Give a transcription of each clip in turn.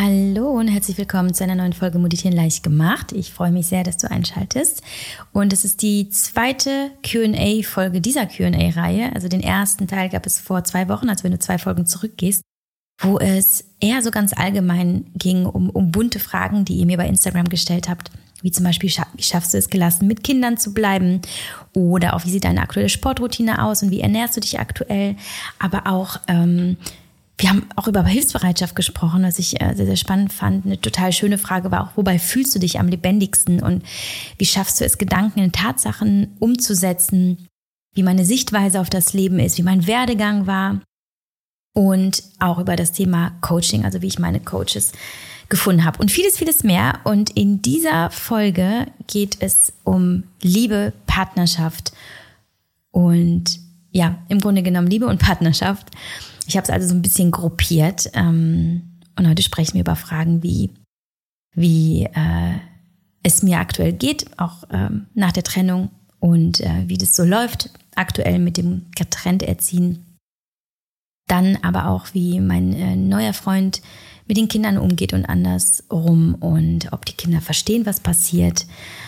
Hallo und herzlich willkommen zu einer neuen Folge Meditieren leicht gemacht. Ich freue mich sehr, dass du einschaltest. Und es ist die zweite Q&A-Folge dieser Q&A-Reihe. Also den ersten Teil gab es vor 2 Wochen, also wenn du 2 Folgen zurückgehst, wo es eher so ganz allgemein ging um bunte Fragen, die ihr mir bei Instagram gestellt habt. Wie zum Beispiel, wie schaffst du es gelassen, mit Kindern zu bleiben? Oder auch, wie sieht deine aktuelle Sportroutine aus und wie ernährst du dich aktuell? Aber auch, wir haben auch über Hilfsbereitschaft gesprochen, was ich sehr, sehr spannend fand. Eine total schöne Frage war auch, wobei fühlst du dich am lebendigsten? Und wie schaffst du es, Gedanken in Tatsachen umzusetzen? Wie meine Sichtweise auf das Leben ist, wie mein Werdegang war. Und auch über das Thema Coaching, also wie ich meine Coaches gefunden habe und vieles, vieles mehr. Und in dieser Folge geht es um Liebe, Partnerschaft und ja, im Grunde genommen Liebe und Partnerschaft. Ich habe es also so ein bisschen gruppiert und heute sprechen wir über Fragen wie es mir aktuell geht, auch nach der Trennung und wie das so läuft aktuell mit dem Getrennterziehen. Dann aber auch, wie mein neuer Freund mit den Kindern umgeht und andersrum und ob die Kinder verstehen, was passiert,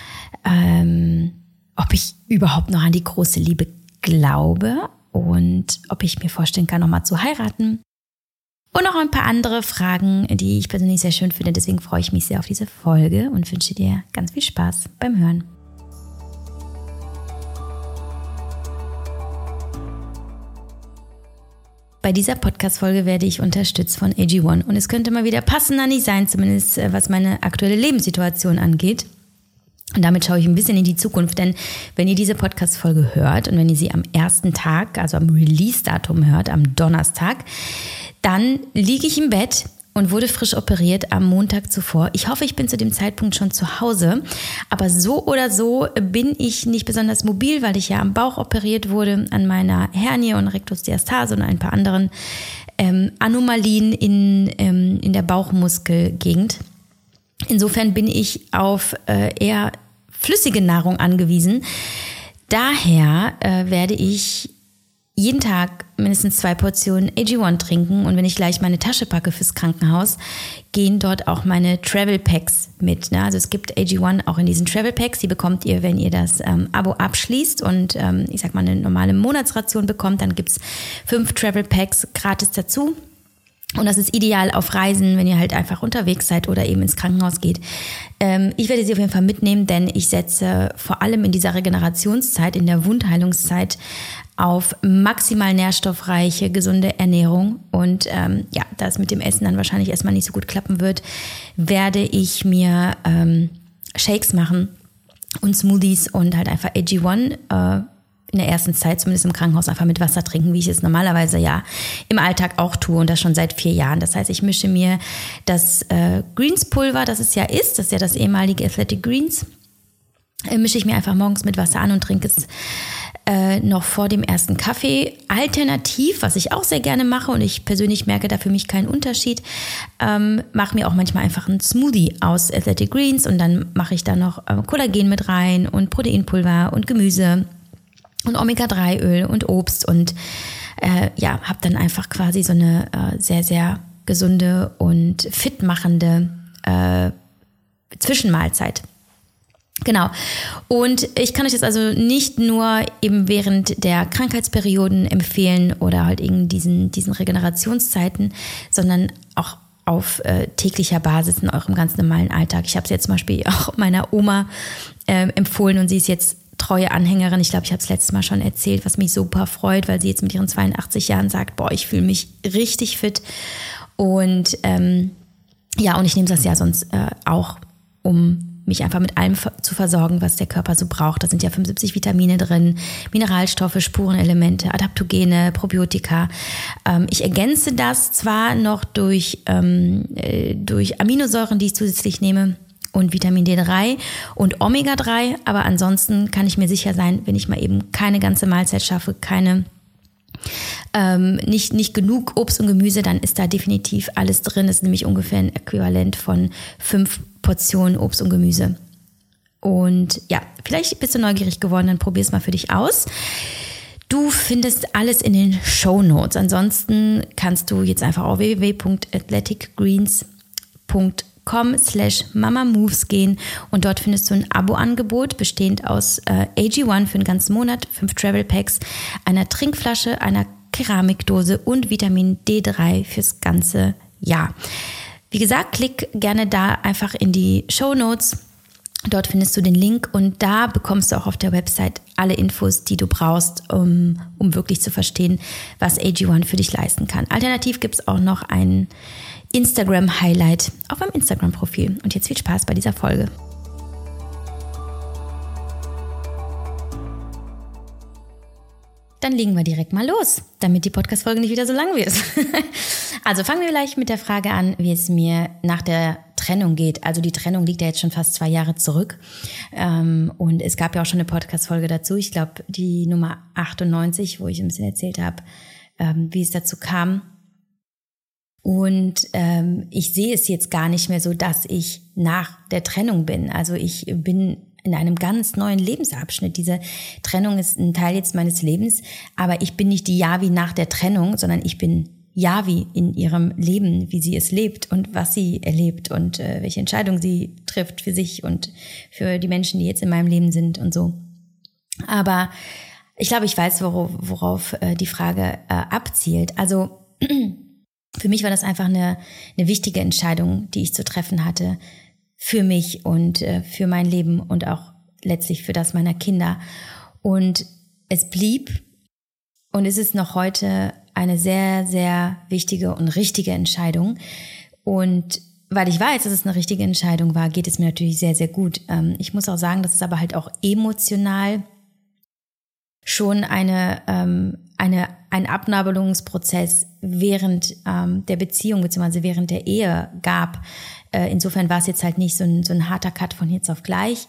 ob ich überhaupt noch an die große Liebe glaube und ob ich mir vorstellen kann, nochmal zu heiraten. Und noch ein paar andere Fragen, die ich persönlich sehr schön finde. Deswegen freue ich mich sehr auf diese Folge und wünsche dir ganz viel Spaß beim Hören. Bei dieser Podcast-Folge werde ich unterstützt von AG1 und es könnte mal wieder passender nicht sein, zumindest was meine aktuelle Lebenssituation angeht. Und damit schaue ich ein bisschen in die Zukunft, denn wenn ihr diese Podcast-Folge hört und wenn ihr sie am ersten Tag, also am Release-Datum hört, am Donnerstag, dann liege ich im Bett und wurde frisch operiert am Montag zuvor. Ich hoffe, ich bin zu dem Zeitpunkt schon zu Hause, aber so oder so bin ich nicht besonders mobil, weil ich ja am Bauch operiert wurde, an meiner Hernie und Rektusdiastase und ein paar anderen Anomalien in der Bauchmuskelgegend. Insofern bin ich auf eher flüssige Nahrung angewiesen. Daher werde ich jeden Tag mindestens 2 Portionen AG1 trinken und wenn ich gleich meine Tasche packe fürs Krankenhaus, gehen dort auch meine Travel Packs mit. Ne? Also es gibt AG1 auch in diesen Travel Packs, die bekommt ihr, wenn ihr das Abo abschließt und ich sag mal eine normale Monatsration bekommt, dann gibt's 5 Travel Packs gratis dazu. Und das ist ideal auf Reisen, wenn ihr halt einfach unterwegs seid oder eben ins Krankenhaus geht. Ich werde sie auf jeden Fall mitnehmen, denn ich setze vor allem in dieser Regenerationszeit, in der Wundheilungszeit auf maximal nährstoffreiche, gesunde Ernährung. Und da es mit dem Essen dann wahrscheinlich erstmal nicht so gut klappen wird, werde ich mir Shakes machen und Smoothies und halt einfach AG1 in der ersten Zeit, zumindest im Krankenhaus, einfach mit Wasser trinken, wie ich es normalerweise ja im Alltag auch tue und das schon seit 4 Jahren. Das heißt, ich mische mir das Greens-Pulver, das ist ja das ehemalige Athletic Greens, mische ich mir einfach morgens mit Wasser an und trinke es noch vor dem ersten Kaffee. Alternativ, was ich auch sehr gerne mache und ich persönlich merke da für mich keinen Unterschied, mache mir auch manchmal einfach einen Smoothie aus Athletic Greens und dann mache ich da noch Kollagen mit rein und Proteinpulver und Gemüse und Omega-3-Öl und Obst und habe dann einfach quasi so eine sehr, sehr gesunde und fit machende Zwischenmahlzeit. Genau. Und ich kann euch das also nicht nur eben während der Krankheitsperioden empfehlen oder halt in diesen Regenerationszeiten, sondern auch auf täglicher Basis in eurem ganz normalen Alltag. Ich habe es jetzt zum Beispiel auch meiner Oma empfohlen und sie ist jetzt treue Anhängerin. Ich glaube, ich habe es letztes Mal schon erzählt, was mich super freut, weil sie jetzt mit ihren 82 Jahren sagt, ich fühle mich richtig fit. Und und ich nehme das ja sonst auch, um mich einfach mit allem zu versorgen, was der Körper so braucht. Da sind ja 75 Vitamine drin, Mineralstoffe, Spurenelemente, Adaptogene, Probiotika. Ich ergänze das zwar noch durch Aminosäuren, die ich zusätzlich nehme, und Vitamin D3 und Omega-3, aber ansonsten kann ich mir sicher sein, wenn ich mal eben keine ganze Mahlzeit schaffe, nicht genug Obst und Gemüse, dann ist da definitiv alles drin. Das ist nämlich ungefähr ein Äquivalent von 5 Portionen Obst und Gemüse. Und ja, vielleicht bist du neugierig geworden, dann probier es mal für dich aus. Du findest alles in den Shownotes. Ansonsten kannst du jetzt einfach auf www.athleticgreens.com www.mamamoves gehen und dort findest du ein Abo-Angebot bestehend aus AG1 für den ganzen Monat, 5 Travel Packs, einer Trinkflasche, einer Keramikdose und Vitamin D3 fürs ganze Jahr. Wie gesagt, klick gerne da einfach in die Shownotes. Dort findest du den Link und da bekommst du auch auf der Website alle Infos, die du brauchst, um wirklich zu verstehen, was AG1 für dich leisten kann. Alternativ gibt es auch noch ein Instagram-Highlight auf meinem Instagram-Profil. Und jetzt viel Spaß bei dieser Folge. Dann legen wir direkt mal los, damit die Podcast-Folge nicht wieder so lang wird. Also fangen wir gleich mit der Frage an, wie es mir nach der Trennung geht. Also die Trennung liegt ja jetzt schon fast 2 Jahre zurück. Und es gab ja auch schon eine Podcast-Folge dazu. Ich glaube, die Nummer 98, wo ich ein bisschen erzählt habe, wie es dazu kam. Und ich sehe es jetzt gar nicht mehr so, dass ich nach der Trennung bin. Also ich bin in einem ganz neuen Lebensabschnitt. Diese Trennung ist ein Teil jetzt meines Lebens, aber ich bin nicht die Yavi nach der Trennung, sondern ich bin Yavi in ihrem Leben, wie sie es lebt und was sie erlebt und welche Entscheidungen sie trifft für sich und für die Menschen, die jetzt in meinem Leben sind und so. Aber ich glaube, ich weiß, worauf die Frage abzielt. Also für mich war das einfach eine wichtige Entscheidung, die ich zu treffen hatte, für mich und für mein Leben und auch letztlich für das meiner Kinder. Und es blieb und es ist noch heute eine sehr, sehr wichtige und richtige Entscheidung. Und weil ich weiß, dass es eine richtige Entscheidung war, geht es mir natürlich sehr, sehr gut. Ich muss auch sagen, dass es aber halt auch emotional schon ein Abnabelungsprozess während der Beziehung bzw. während der Ehe gab. Insofern war es jetzt halt nicht so ein harter Cut von jetzt auf gleich.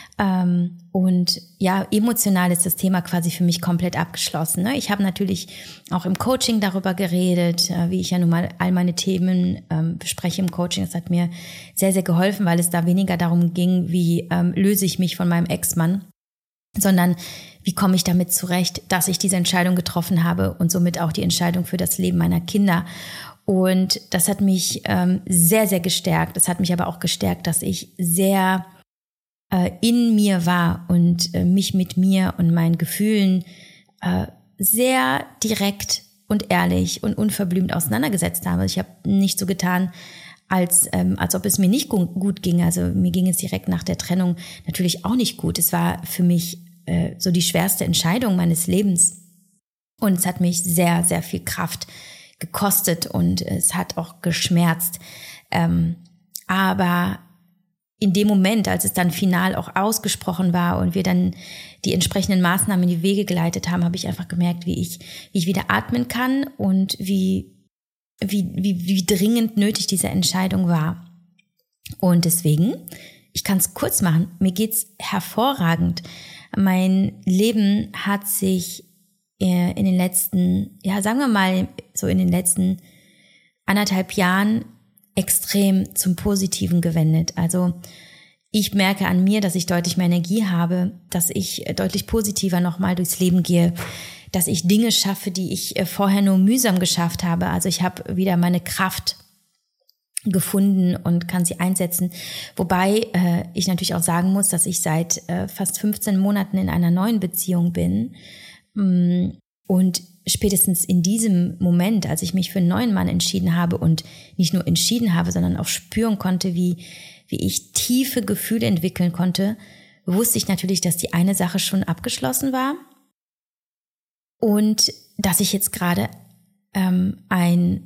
Und ja, emotional ist das Thema quasi für mich komplett abgeschlossen. Ne? Ich habe natürlich auch im Coaching darüber geredet, wie ich ja nun mal all meine Themen bespreche im Coaching. Das hat mir sehr, sehr geholfen, weil es da weniger darum ging, wie löse ich mich von meinem Ex-Mann, sondern wie komme ich damit zurecht, dass ich diese Entscheidung getroffen habe und somit auch die Entscheidung für das Leben meiner Kinder. Und das hat mich sehr, sehr gestärkt. Das hat mich aber auch gestärkt, dass ich sehr in mir war und mich mit mir und meinen Gefühlen sehr direkt und ehrlich und unverblümt auseinandergesetzt habe. Ich habe nicht so getan, als ob es mir nicht gut ging. Also mir ging es direkt nach der Trennung natürlich auch nicht gut. Es war für mich so die schwerste Entscheidung meines Lebens. Und es hat mich sehr, sehr viel Kraft gekostet und es hat auch geschmerzt. Aber in dem Moment, als es dann final auch ausgesprochen war und wir dann die entsprechenden Maßnahmen in die Wege geleitet haben, habe ich einfach gemerkt, wie ich wieder atmen kann und wie dringend nötig diese Entscheidung war. Und deswegen, ich kann es kurz machen, mir geht's hervorragend. Mein Leben hat sich in den letzten, sagen wir mal, so in den letzten 1,5 Jahren extrem zum Positiven gewendet. Also ich merke an mir, dass ich deutlich mehr Energie habe, dass ich deutlich positiver nochmal durchs Leben gehe, dass ich Dinge schaffe, die ich vorher nur mühsam geschafft habe. Also ich habe wieder meine Kraft gefunden und kann sie einsetzen. Wobei ich natürlich auch sagen muss, dass ich seit fast 15 Monaten in einer neuen Beziehung bin. Und spätestens in diesem Moment, als ich mich für einen neuen Mann entschieden habe und nicht nur entschieden habe, sondern auch spüren konnte, wie ich tiefe Gefühle entwickeln konnte, wusste ich natürlich, dass die eine Sache schon abgeschlossen war und dass ich jetzt gerade einen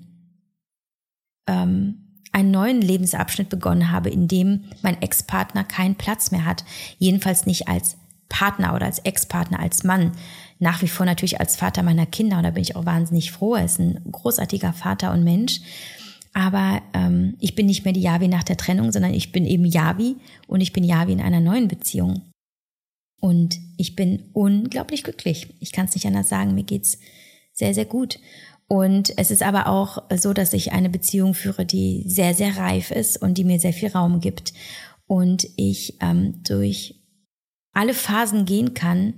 neuen Lebensabschnitt begonnen habe, in dem mein Ex-Partner keinen Platz mehr hat. Jedenfalls nicht als Partner oder als Ex-Partner, als Mann. Nach wie vor natürlich als Vater meiner Kinder und da bin ich auch wahnsinnig froh. Er ist ein großartiger Vater und Mensch. Aber ich bin nicht mehr die Yavi nach der Trennung, sondern ich bin eben Yavi und ich bin Yavi in einer neuen Beziehung. Und ich bin unglaublich glücklich. Ich kann es nicht anders sagen, mir geht's sehr, sehr gut. Und es ist aber auch so, dass ich eine Beziehung führe, die sehr, sehr reif ist und die mir sehr viel Raum gibt. Und ich durch alle Phasen gehen kann,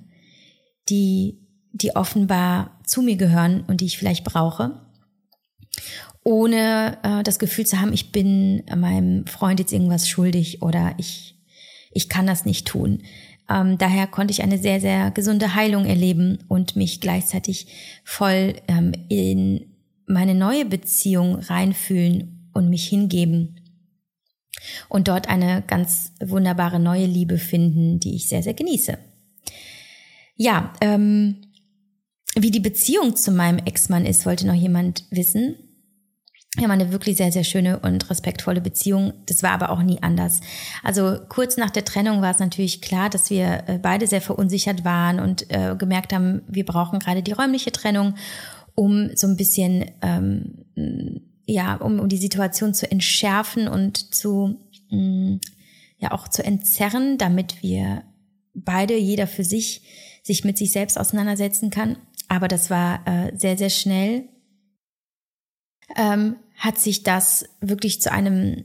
die offenbar zu mir gehören und die ich vielleicht brauche. ohne das Gefühl zu haben, ich bin meinem Freund jetzt irgendwas schuldig oder ich kann das nicht tun. Daher konnte ich eine sehr, sehr gesunde Heilung erleben und mich gleichzeitig voll in meine neue Beziehung reinfühlen und mich hingeben und dort eine ganz wunderbare neue Liebe finden, die ich sehr, sehr genieße. Ja, wie die Beziehung zu meinem Ex-Mann ist, wollte noch jemand wissen. Wir haben eine wirklich sehr, sehr schöne und respektvolle Beziehung. Das war aber auch nie anders. Also kurz nach der Trennung war es natürlich klar, dass wir beide sehr verunsichert waren und gemerkt haben, wir brauchen gerade die räumliche Trennung, um so ein bisschen, um die Situation zu entschärfen und auch zu entzerren, damit wir beide, jeder für sich mit sich selbst auseinandersetzen kann. Aber das war sehr, sehr schnell. Hat sich das wirklich zu einem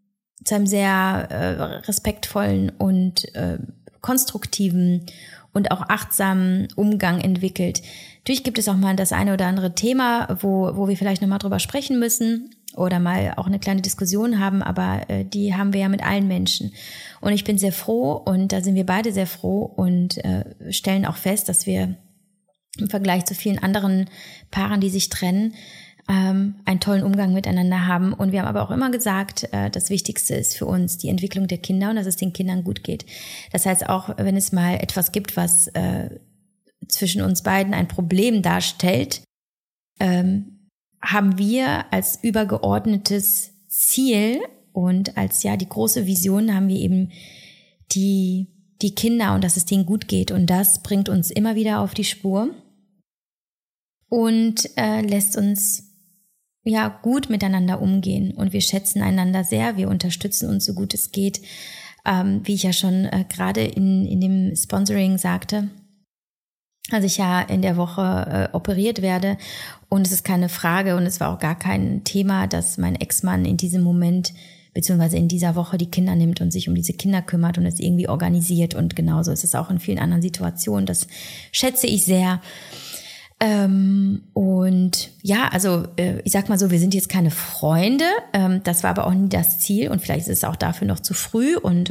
sehr respektvollen und konstruktiven und auch achtsamen Umgang entwickelt. Natürlich gibt es auch mal das eine oder andere Thema, wo wir vielleicht nochmal drüber sprechen müssen oder mal auch eine kleine Diskussion haben, aber die haben wir ja mit allen Menschen. Und ich bin sehr froh und da sind wir beide sehr froh und stellen auch fest, dass wir im Vergleich zu vielen anderen Paaren, die sich trennen, einen tollen Umgang miteinander haben. Und wir haben aber auch immer gesagt, das Wichtigste ist für uns die Entwicklung der Kinder und dass es den Kindern gut geht. Das heißt, auch wenn es mal etwas gibt, was zwischen uns beiden ein Problem darstellt, haben wir als übergeordnetes Ziel und als die große Vision haben wir eben die Kinder und dass es denen gut geht. Und das bringt uns immer wieder auf die Spur und lässt uns gut miteinander umgehen. Und wir schätzen einander sehr, wir unterstützen uns so gut es geht. Wie ich ja schon gerade in dem Sponsoring sagte, als ich ja in der Woche operiert werde und es ist keine Frage und es war auch gar kein Thema, dass mein Ex-Mann in diesem Moment beziehungsweise in dieser Woche die Kinder nimmt und sich um diese Kinder kümmert und es irgendwie organisiert und genauso ist es auch in vielen anderen Situationen. Das schätze ich sehr. Ich sag mal so, wir sind jetzt keine Freunde, das war aber auch nie das Ziel und vielleicht ist es auch dafür noch zu früh und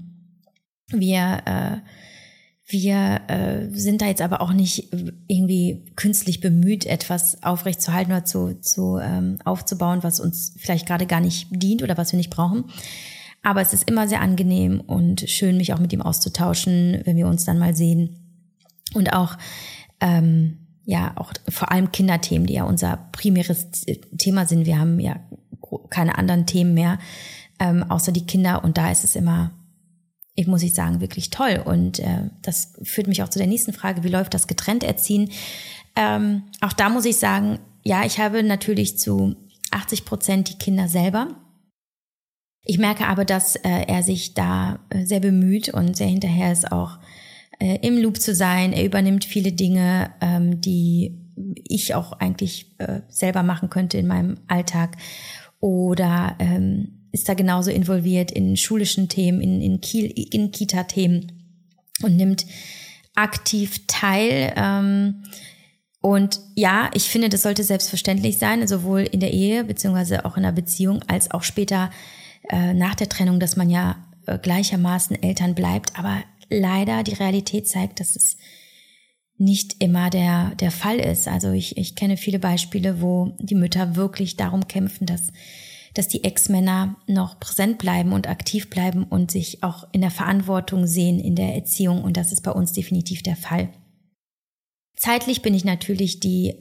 wir sind da jetzt aber auch nicht irgendwie künstlich bemüht, etwas aufrechtzuerhalten oder aufzubauen, was uns vielleicht gerade gar nicht dient oder was wir nicht brauchen. Aber es ist immer sehr angenehm und schön, mich auch mit ihm auszutauschen, wenn wir uns dann mal sehen. Und auch auch vor allem Kinderthemen, die ja unser primäres Thema sind. Wir haben ja keine anderen Themen mehr, außer die Kinder. Und da ist es immer, muss ich sagen, wirklich toll. Und das führt mich auch zu der nächsten Frage, wie läuft das getrennt Erziehen? Auch da muss ich sagen, ich habe natürlich zu 80% die Kinder selber. Ich merke aber, dass er sich da sehr bemüht und sehr hinterher ist auch im Loop zu sein. Er übernimmt viele Dinge, die ich auch eigentlich selber machen könnte in meinem Alltag oder ist da genauso involviert in schulischen Themen, in Kita-Themen und nimmt aktiv teil. Und ich finde, das sollte selbstverständlich sein, sowohl in der Ehe beziehungsweise auch in der Beziehung als auch später nach der Trennung, dass man gleichermaßen Eltern bleibt, aber leider die Realität zeigt, dass es nicht immer der Fall ist. Also ich kenne viele Beispiele, wo die Mütter wirklich darum kämpfen, dass die Ex-Männer noch präsent bleiben und aktiv bleiben und sich auch in der Verantwortung sehen in der Erziehung. Und das ist bei uns definitiv der Fall. Zeitlich bin ich natürlich die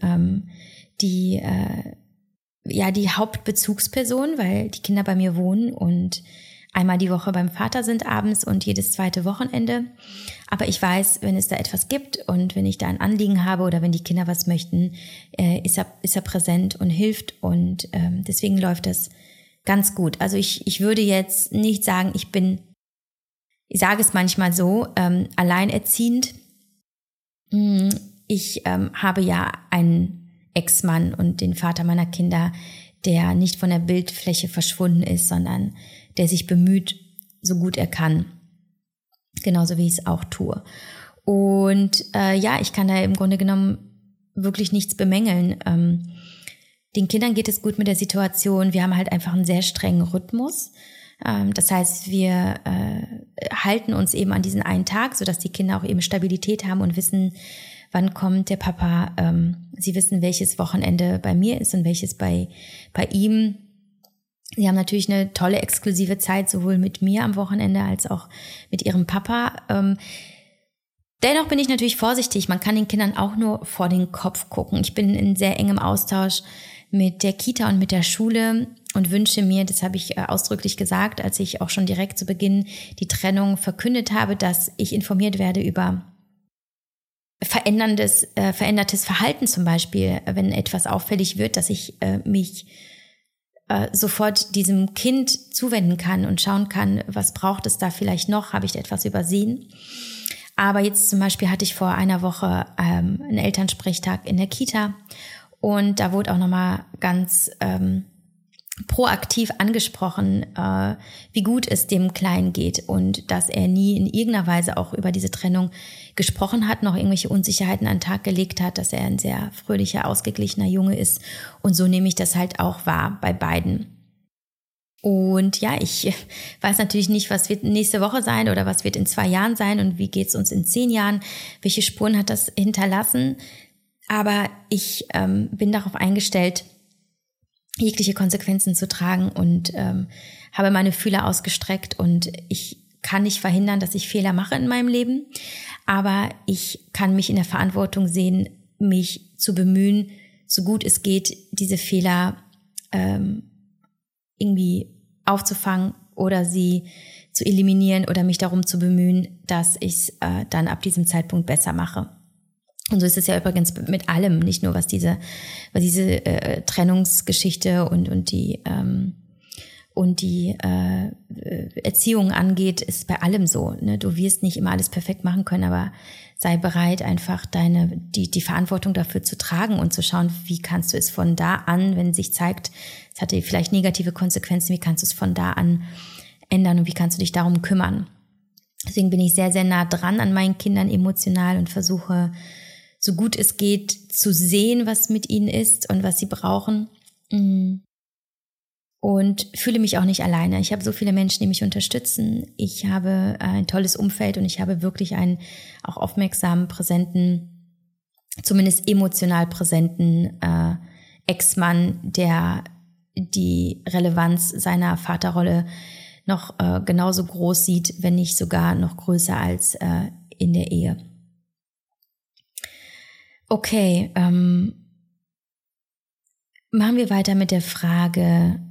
Hauptbezugsperson, weil die Kinder bei mir wohnen und einmal die Woche beim Vater sind abends und jedes zweite Wochenende. Aber ich weiß, wenn es da etwas gibt und wenn ich da ein Anliegen habe oder wenn die Kinder was möchten, ist er präsent und hilft und deswegen läuft das ganz gut. Also ich würde jetzt nicht sagen, ich sage es manchmal so, alleinerziehend. Ich habe ja einen Ex-Mann und den Vater meiner Kinder, der nicht von der Bildfläche verschwunden ist, sondern der sich bemüht, so gut er kann. Genauso wie ich es auch tue. Und ich kann da im Grunde genommen wirklich nichts bemängeln. Den Kindern geht es gut mit der Situation. Wir haben halt einfach einen sehr strengen Rhythmus. Das heißt, wir halten uns eben an diesen einen Tag, sodass die Kinder auch eben Stabilität haben und wissen, wann kommt der Papa. Sie wissen, welches Wochenende bei mir ist und welches bei ihm. Sie haben natürlich eine tolle exklusive Zeit, sowohl mit mir am Wochenende als auch mit ihrem Papa. Dennoch bin ich natürlich vorsichtig. Man kann den Kindern auch nur vor den Kopf gucken. Ich bin in sehr engem Austausch mit der Kita und mit der Schule und wünsche mir, das habe ich ausdrücklich gesagt, als ich auch schon direkt zu Beginn die Trennung verkündet habe, dass ich informiert werde über verändertes Verhalten zum Beispiel, wenn etwas auffällig wird, dass ich mich sofort diesem Kind zuwenden kann und schauen kann, was braucht es da vielleicht noch, habe ich etwas übersehen. Aber jetzt zum Beispiel hatte ich vor einer Woche einen Elternsprechtag in der Kita und da wurde auch nochmal ganz proaktiv angesprochen, wie gut es dem Kleinen geht und dass er nie in irgendeiner Weise auch über diese Trennung gesprochen hat, noch irgendwelche Unsicherheiten an den Tag gelegt hat, dass er ein sehr fröhlicher, ausgeglichener Junge ist. Und so nehme ich das halt auch wahr bei beiden. Und ja, ich weiß natürlich nicht, was wird nächste Woche sein oder was wird in 2 Jahren sein und wie geht's uns in 10 Jahren, welche Spuren hat das hinterlassen. Aber ich bin darauf eingestellt, jegliche Konsequenzen zu tragen und habe meine Fühler ausgestreckt und ich kann nicht verhindern, dass ich Fehler mache in meinem Leben, aber ich kann mich in der Verantwortung sehen, mich zu bemühen, so gut es geht, diese Fehler irgendwie aufzufangen oder sie zu eliminieren oder mich darum zu bemühen, dass ich es dann ab diesem Zeitpunkt besser mache. Und so ist es ja übrigens mit allem, nicht nur was diese Trennungsgeschichte und die Erziehung angeht, ist bei allem so. Ne? Du wirst nicht immer alles perfekt machen können, aber sei bereit, einfach die Verantwortung dafür zu tragen und zu schauen, wie kannst du es von da an, wenn sich zeigt, es hatte vielleicht negative Konsequenzen, wie kannst du es von da an ändern und wie kannst du dich darum kümmern. Deswegen bin ich sehr, sehr nah dran an meinen Kindern emotional und versuche, so gut es geht, zu sehen, was mit ihnen ist und was sie brauchen. Und fühle mich auch nicht alleine. Ich habe so viele Menschen, die mich unterstützen. Ich habe ein tolles Umfeld und ich habe wirklich einen auch aufmerksamen, präsenten, zumindest emotional präsenten Ex-Mann, der die Relevanz seiner Vaterrolle noch genauso groß sieht, wenn nicht sogar noch größer als in der Ehe. Okay, machen wir weiter mit der Frage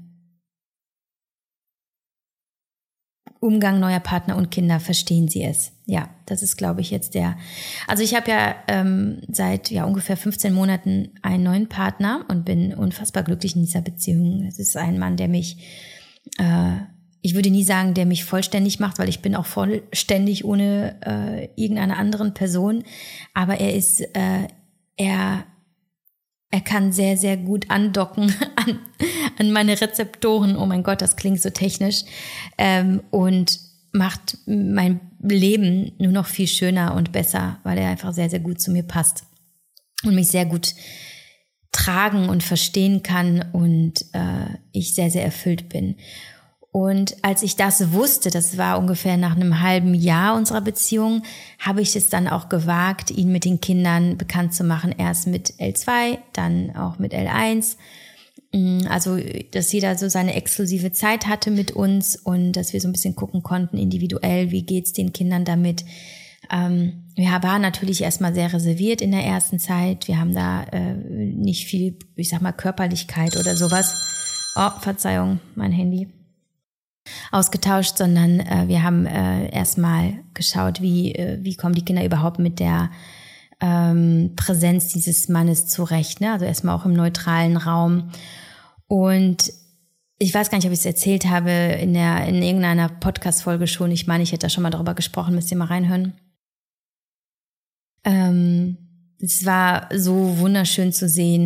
Umgang neuer Partner und Kinder, verstehen Sie es? Ja, das ist, glaube ich, jetzt also ich habe ja seit ungefähr 15 Monaten einen neuen Partner und bin unfassbar glücklich in dieser Beziehung. Es ist ein Mann, der mich, ich würde nie sagen, der mich vollständig macht, weil ich bin auch vollständig ohne irgendeine anderen Person, aber er ist, er kann sehr, sehr gut andocken an meine Rezeptoren. Oh mein Gott, das klingt so technisch. Und macht mein Leben nur noch viel schöner und besser, weil er einfach sehr, sehr gut zu mir passt und mich sehr gut tragen und verstehen kann und ich sehr, sehr erfüllt bin. Und als ich das wusste, das war ungefähr nach einem halben Jahr unserer Beziehung, habe ich es dann auch gewagt, ihn mit den Kindern bekannt zu machen. Erst mit L2, dann auch mit L1. Also, dass jeder so seine exklusive Zeit hatte mit uns und dass wir so ein bisschen gucken konnten individuell, wie geht's den Kindern damit. Wir waren natürlich erstmal sehr reserviert in der ersten Zeit. Wir haben da nicht viel, ich sag mal, Körperlichkeit oder sowas. Oh, Verzeihung, mein Handy. Ausgetauscht, sondern wir haben erstmal geschaut, wie kommen die Kinder überhaupt mit der Präsenz dieses Mannes zurecht, ne? Also erstmal auch im neutralen Raum. Und ich weiß gar nicht, ob ich es erzählt habe in irgendeiner Podcast-Folge schon. Ich meine, ich hätte da schon mal darüber gesprochen, müsst ihr mal reinhören. Es war so wunderschön zu sehen,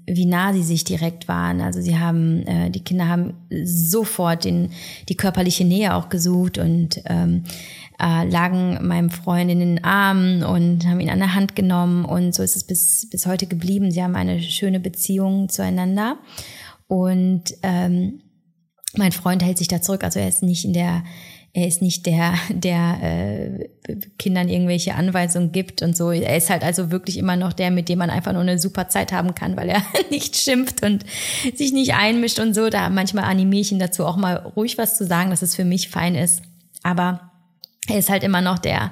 wie nah sie sich direkt waren. Also die Kinder haben sofort die körperliche Nähe auch gesucht und lagen meinem Freund in den Armen und haben ihn an der Hand genommen, und so ist es bis heute geblieben. Sie haben eine schöne Beziehung zueinander, und mein Freund hält sich da zurück. Also er ist nicht der Kindern irgendwelche Anweisungen gibt und so. Er ist halt also wirklich immer noch der, mit dem man einfach nur eine super Zeit haben kann, weil er nicht schimpft und sich nicht einmischt und so. Da manchmal animiere ich ihn dazu, auch mal ruhig was zu sagen, dass es für mich fein ist. Aber er ist halt immer noch der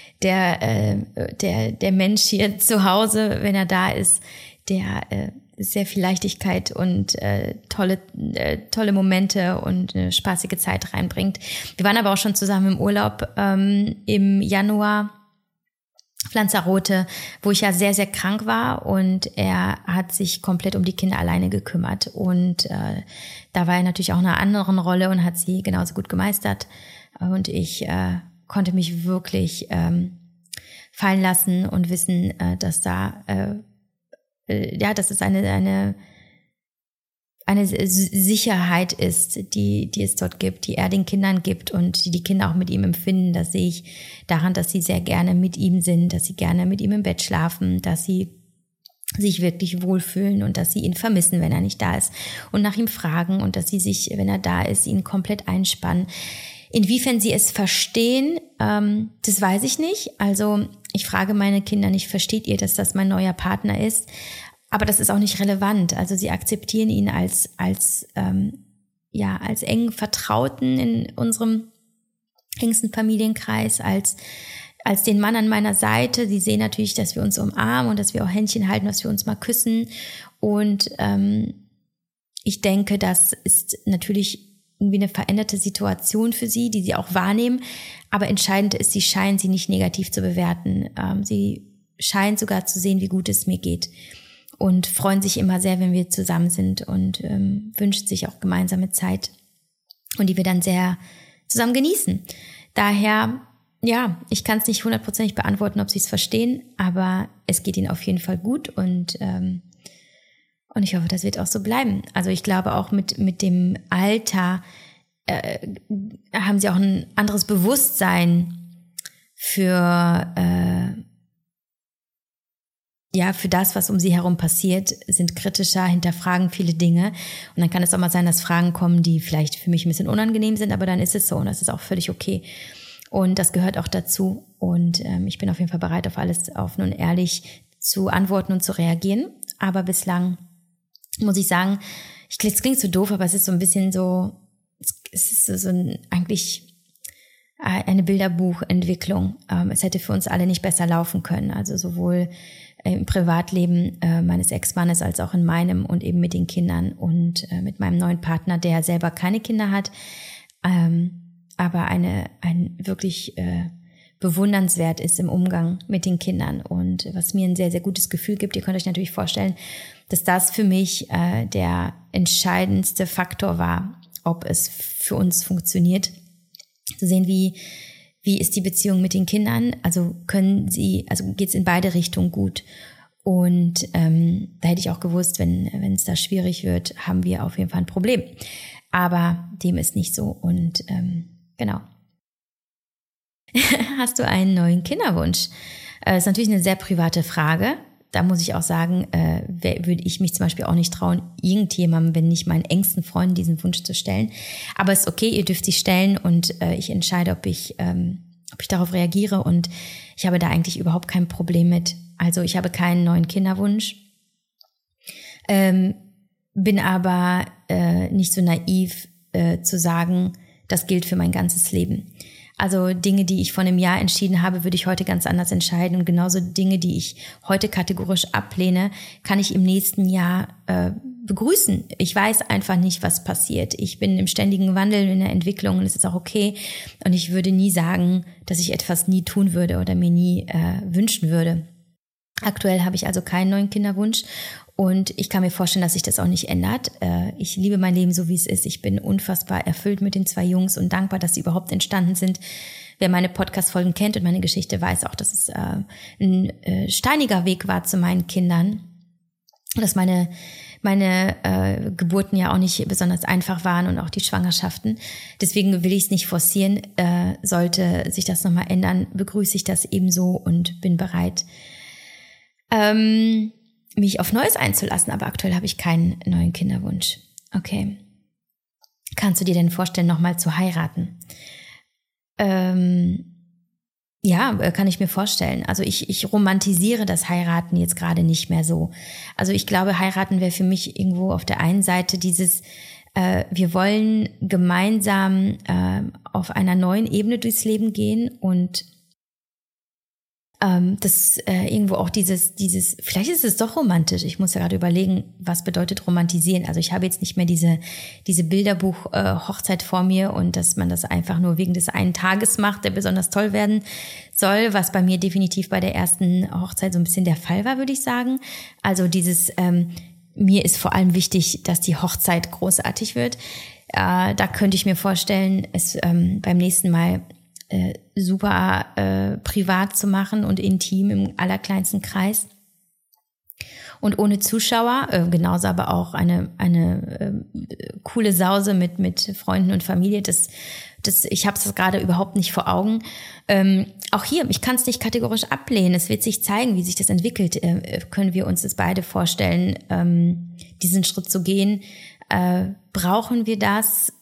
Mensch hier zu Hause, wenn er da ist, der sehr viel Leichtigkeit und tolle Momente und eine spaßige Zeit reinbringt. Wir waren aber auch schon zusammen im Urlaub im Januar, auf Lanzarote, wo ich ja sehr, sehr krank war, und er hat sich komplett um die Kinder alleine gekümmert, und da war er natürlich auch in einer anderen Rolle und hat sie genauso gut gemeistert, und ich konnte mich wirklich fallen lassen und wissen, dass dass es eine Sicherheit ist, die es dort gibt, die er den Kindern gibt und die Kinder auch mit ihm empfinden. Das sehe ich daran, dass sie sehr gerne mit ihm sind, dass sie gerne mit ihm im Bett schlafen, dass sie sich wirklich wohlfühlen und dass sie ihn vermissen, wenn er nicht da ist, und nach ihm fragen, und dass sie sich, wenn er da ist, ihn komplett einspannen. Inwiefern sie es verstehen, das weiß ich nicht. Also ich frage meine Kinder nicht, versteht ihr, dass das mein neuer Partner ist? Aber das ist auch nicht relevant. Also sie akzeptieren ihn als engen Vertrauten in unserem engsten Familienkreis, als den Mann an meiner Seite. Sie sehen natürlich, dass wir uns umarmen und dass wir auch Händchen halten, dass wir uns mal küssen. Und ich denke, das ist natürlich irgendwie eine veränderte Situation für sie, die sie auch wahrnehmen. Aber entscheidend ist, sie scheinen sie nicht negativ zu bewerten. Sie scheinen sogar zu sehen, wie gut es mir geht, und freuen sich immer sehr, wenn wir zusammen sind, und wünschen sich auch gemeinsame Zeit, und die wir dann sehr zusammen genießen. Daher, ja, ich kann es nicht 100% beantworten, ob sie es verstehen, aber es geht ihnen auf jeden Fall gut, und ich hoffe, das wird auch so bleiben. Also ich glaube, auch mit dem Alter haben sie auch ein anderes Bewusstsein für das, was um sie herum passiert, sind kritischer, hinterfragen viele Dinge. Und dann kann es auch mal sein, dass Fragen kommen, die vielleicht für mich ein bisschen unangenehm sind, aber dann ist es so, und das ist auch völlig okay. Und das gehört auch dazu. Und ich bin auf jeden Fall bereit, auf alles offen und ehrlich zu antworten und zu reagieren. Aber bislang muss ich sagen, es klingt so doof, aber es ist so ein bisschen so, es ist so eigentlich eine Bilderbuchentwicklung. Es hätte für uns alle nicht besser laufen können. Also sowohl im Privatleben meines Ex-Mannes als auch in meinem, und eben mit den Kindern und mit meinem neuen Partner, der selber keine Kinder hat, aber ein wirklich bewundernswert ist im Umgang mit den Kindern, und was mir ein sehr, sehr gutes Gefühl gibt. Ihr könnt euch natürlich vorstellen, dass das für mich der entscheidendste Faktor war, ob es für uns funktioniert. Zu sehen, wie ist die Beziehung mit den Kindern, also geht's in beide Richtungen gut. Und da hätte ich auch gewusst, wenn es da schwierig wird, haben wir auf jeden Fall ein Problem. Aber dem ist nicht so, und genau. Hast du einen neuen Kinderwunsch? Ist natürlich eine sehr private Frage. Da muss ich auch sagen, würde ich mich zum Beispiel auch nicht trauen, irgendjemandem, wenn nicht meinen engsten Freunden, diesen Wunsch zu stellen. Aber es ist okay, ihr dürft sie stellen, und ich entscheide, ob ich darauf reagiere, und ich habe da eigentlich überhaupt kein Problem mit. Also ich habe keinen neuen Kinderwunsch, bin aber nicht so naiv zu sagen, das gilt für mein ganzes Leben. Also Dinge, die ich vor einem Jahr entschieden habe, würde ich heute ganz anders entscheiden. Und genauso Dinge, die ich heute kategorisch ablehne, kann ich im nächsten Jahr begrüßen. Ich weiß einfach nicht, was passiert. Ich bin im ständigen Wandel, in der Entwicklung, und es ist auch okay. Und ich würde nie sagen, dass ich etwas nie tun würde oder mir nie wünschen würde. Aktuell habe ich also keinen neuen Kinderwunsch. Und ich kann mir vorstellen, dass sich das auch nicht ändert. Ich liebe mein Leben so, wie es ist. Ich bin unfassbar erfüllt mit den 2 Jungs und dankbar, dass sie überhaupt entstanden sind. Wer meine Podcast-Folgen kennt und meine Geschichte, weiß auch, dass es ein steiniger Weg war zu meinen Kindern. dass meine Geburten ja auch nicht besonders einfach waren und auch die Schwangerschaften. Deswegen will ich es nicht forcieren. Sollte sich das nochmal ändern, begrüße ich das ebenso und bin bereit, mich auf Neues einzulassen. Aber aktuell habe ich keinen neuen Kinderwunsch. Okay. Kannst du dir denn vorstellen, nochmal zu heiraten? Ja, kann ich mir vorstellen. Also ich romantisiere das Heiraten jetzt gerade nicht mehr so. Also ich glaube, heiraten wäre für mich irgendwo auf der einen Seite dieses, wir wollen gemeinsam auf einer neuen Ebene durchs Leben gehen und das irgendwo auch dieses, vielleicht ist es doch romantisch. Ich muss ja gerade überlegen, was bedeutet romantisieren. Also ich habe jetzt nicht mehr diese Bilderbuch-Hochzeit vor mir und dass man das einfach nur wegen des einen Tages macht, der besonders toll werden soll, was bei mir definitiv bei der ersten Hochzeit so ein bisschen der Fall war, würde ich sagen. Also mir ist vor allem wichtig, dass die Hochzeit großartig wird. Da könnte ich mir vorstellen, es beim nächsten Mal super privat zu machen und intim im allerkleinsten Kreis und ohne Zuschauer, genauso aber auch eine coole Sause mit Freunden und Familie. Ich habe es gerade überhaupt nicht vor Augen. Auch hier, ich kann es nicht kategorisch ablehnen. Es wird sich zeigen, wie sich das entwickelt. Können wir uns das beide vorstellen, diesen Schritt zu gehen? Brauchen wir das?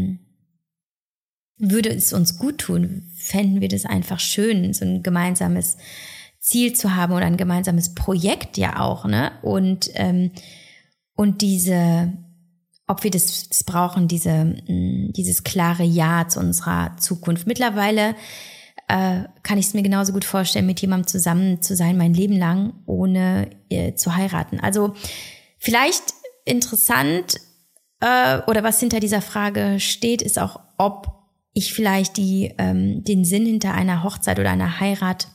Würde es uns gut tun, fänden wir das einfach schön, so ein gemeinsames Ziel zu haben oder ein gemeinsames Projekt ja auch, ne? Und ob wir das brauchen, dieses klare Ja zu unserer Zukunft. Mittlerweile kann ich es mir genauso gut vorstellen, mit jemandem zusammen zu sein, mein Leben lang, ohne zu heiraten. Also vielleicht interessant oder was hinter dieser Frage steht, ist auch, ob ich vielleicht den Sinn hinter einer Hochzeit oder einer Heirat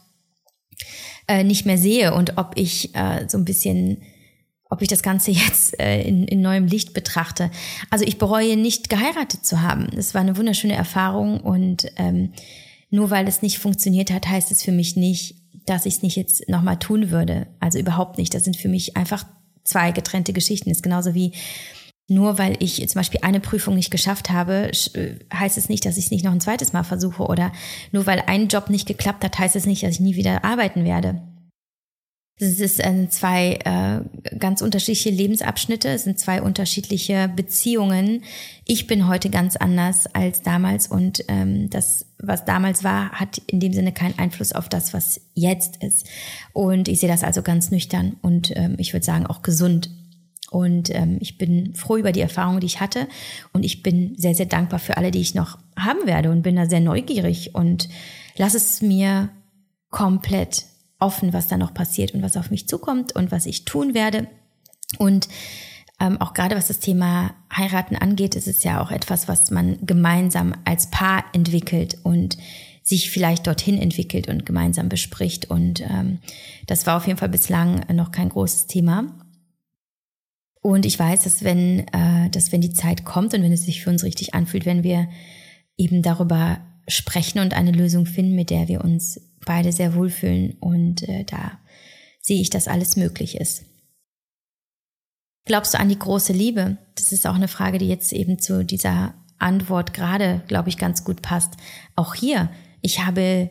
nicht mehr sehe und ob ich ob ich das Ganze jetzt in neuem Licht betrachte. Also ich bereue nicht, geheiratet zu haben. Das war eine wunderschöne Erfahrung und nur weil es nicht funktioniert hat, heißt es für mich nicht, dass ich es nicht jetzt nochmal tun würde. Also überhaupt nicht. Das sind für mich einfach zwei getrennte Geschichten. Das ist genauso wie nur weil ich zum Beispiel eine Prüfung nicht geschafft habe, heißt es nicht, dass ich es nicht noch ein zweites Mal versuche. Oder nur weil ein Job nicht geklappt hat, heißt es nicht, dass ich nie wieder arbeiten werde. Es ist zwei ganz unterschiedliche Lebensabschnitte, es sind zwei unterschiedliche Beziehungen. Ich bin heute ganz anders als damals und das, was damals war, hat in dem Sinne keinen Einfluss auf das, was jetzt ist. Und ich sehe das also ganz nüchtern und ich würde sagen auch gesund. Und ich bin froh über die Erfahrung, die ich hatte. Und ich bin sehr, sehr dankbar für alle, die ich noch haben werde und bin da sehr neugierig und lasse es mir komplett offen, was da noch passiert und was auf mich zukommt und was ich tun werde. Und auch gerade was das Thema Heiraten angeht, ist es ja auch etwas, was man gemeinsam als Paar entwickelt und sich vielleicht dorthin entwickelt und gemeinsam bespricht. Und das war auf jeden Fall bislang noch kein großes Thema. Und ich weiß, dass wenn die Zeit kommt und wenn es sich für uns richtig anfühlt, wenn wir eben darüber sprechen und eine Lösung finden, mit der wir uns beide sehr wohlfühlen. Und da sehe ich, dass alles möglich ist. Glaubst du an die große Liebe? Das ist auch eine Frage, die jetzt eben zu dieser Antwort gerade, glaube ich, ganz gut passt. Auch hier, ich habe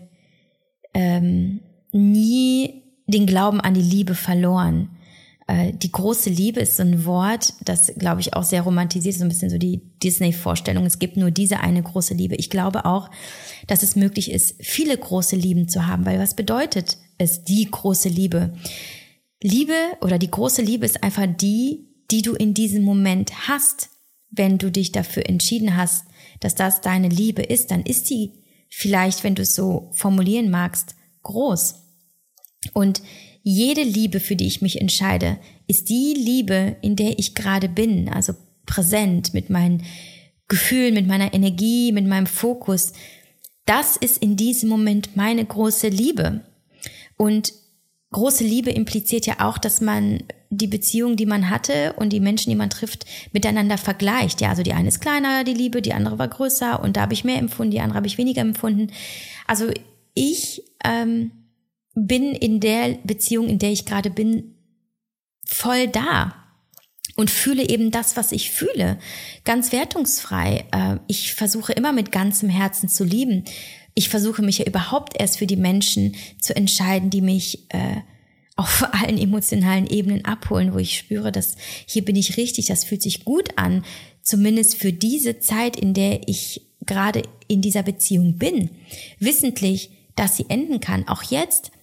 nie den Glauben an die Liebe verloren. Die große Liebe ist so ein Wort, das, glaube ich, auch sehr romantisiert, so ein bisschen so die Disney-Vorstellung. Es gibt nur diese eine große Liebe. Ich glaube auch, dass es möglich ist, viele große Lieben zu haben, weil was bedeutet es, die große Liebe? Liebe oder die große Liebe ist einfach die du in diesem Moment hast. Wenn du dich dafür entschieden hast, dass das deine Liebe ist, dann ist die vielleicht, wenn du es so formulieren magst, groß. Und jede Liebe, für die ich mich entscheide, ist die Liebe, in der ich gerade bin, also präsent mit meinen Gefühlen, mit meiner Energie, mit meinem Fokus. Das ist in diesem Moment meine große Liebe. Und große Liebe impliziert ja auch, dass man die Beziehung, die man hatte und die Menschen, die man trifft, miteinander vergleicht. Ja, also die eine ist kleiner, die Liebe, die andere war größer und da habe ich mehr empfunden, die andere habe ich weniger empfunden. Also ich bin in der Beziehung, in der ich gerade bin, voll da und fühle eben das, was ich fühle, ganz wertungsfrei. Ich versuche immer mit ganzem Herzen zu lieben. Ich versuche mich ja überhaupt erst für die Menschen zu entscheiden, die mich auf allen emotionalen Ebenen abholen, wo ich spüre, dass hier bin ich richtig, das fühlt sich gut an, zumindest für diese Zeit, in der ich gerade in dieser Beziehung bin, wissentlich, dass sie enden kann. Auch jetzt,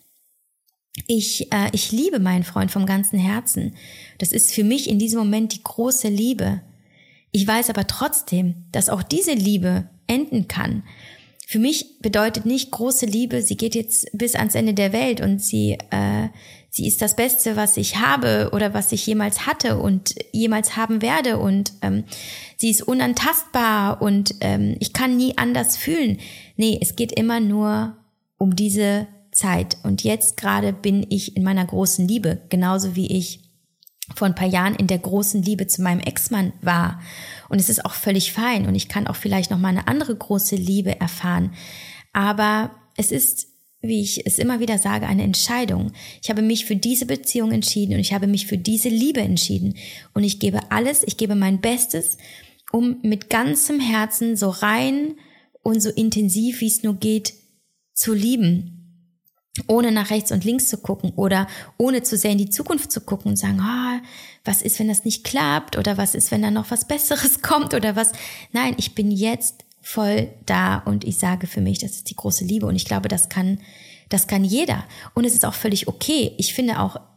ich liebe meinen Freund vom ganzen Herzen. Das ist für mich in diesem Moment die große Liebe. Ich weiß aber trotzdem, dass auch diese Liebe enden kann. Für mich bedeutet nicht große Liebe, sie geht jetzt bis ans Ende der Welt und sie ist das Beste, was ich habe oder was ich jemals hatte und jemals haben werde und sie ist unantastbar und ich kann nie anders fühlen. Nee, es geht immer nur um diese Zeit und jetzt gerade bin ich in meiner großen Liebe, genauso wie ich vor ein paar Jahren in der großen Liebe zu meinem Ex-Mann war. Und es ist auch völlig fein und ich kann auch vielleicht noch mal eine andere große Liebe erfahren. Aber es ist, wie ich es immer wieder sage, eine Entscheidung. Ich habe mich für diese Beziehung entschieden und ich habe mich für diese Liebe entschieden. Und ich gebe alles, ich gebe mein Bestes, um mit ganzem Herzen so rein und so intensiv, wie es nur geht, zu lieben. Ohne nach rechts und links zu gucken oder ohne zu sehr in die Zukunft zu gucken und sagen, was ist, wenn das nicht klappt oder was ist, wenn da noch was Besseres kommt oder was. Nein, ich bin jetzt voll da und ich sage für mich, das ist die große Liebe und ich glaube, das kann jeder und es ist auch völlig okay. Ich finde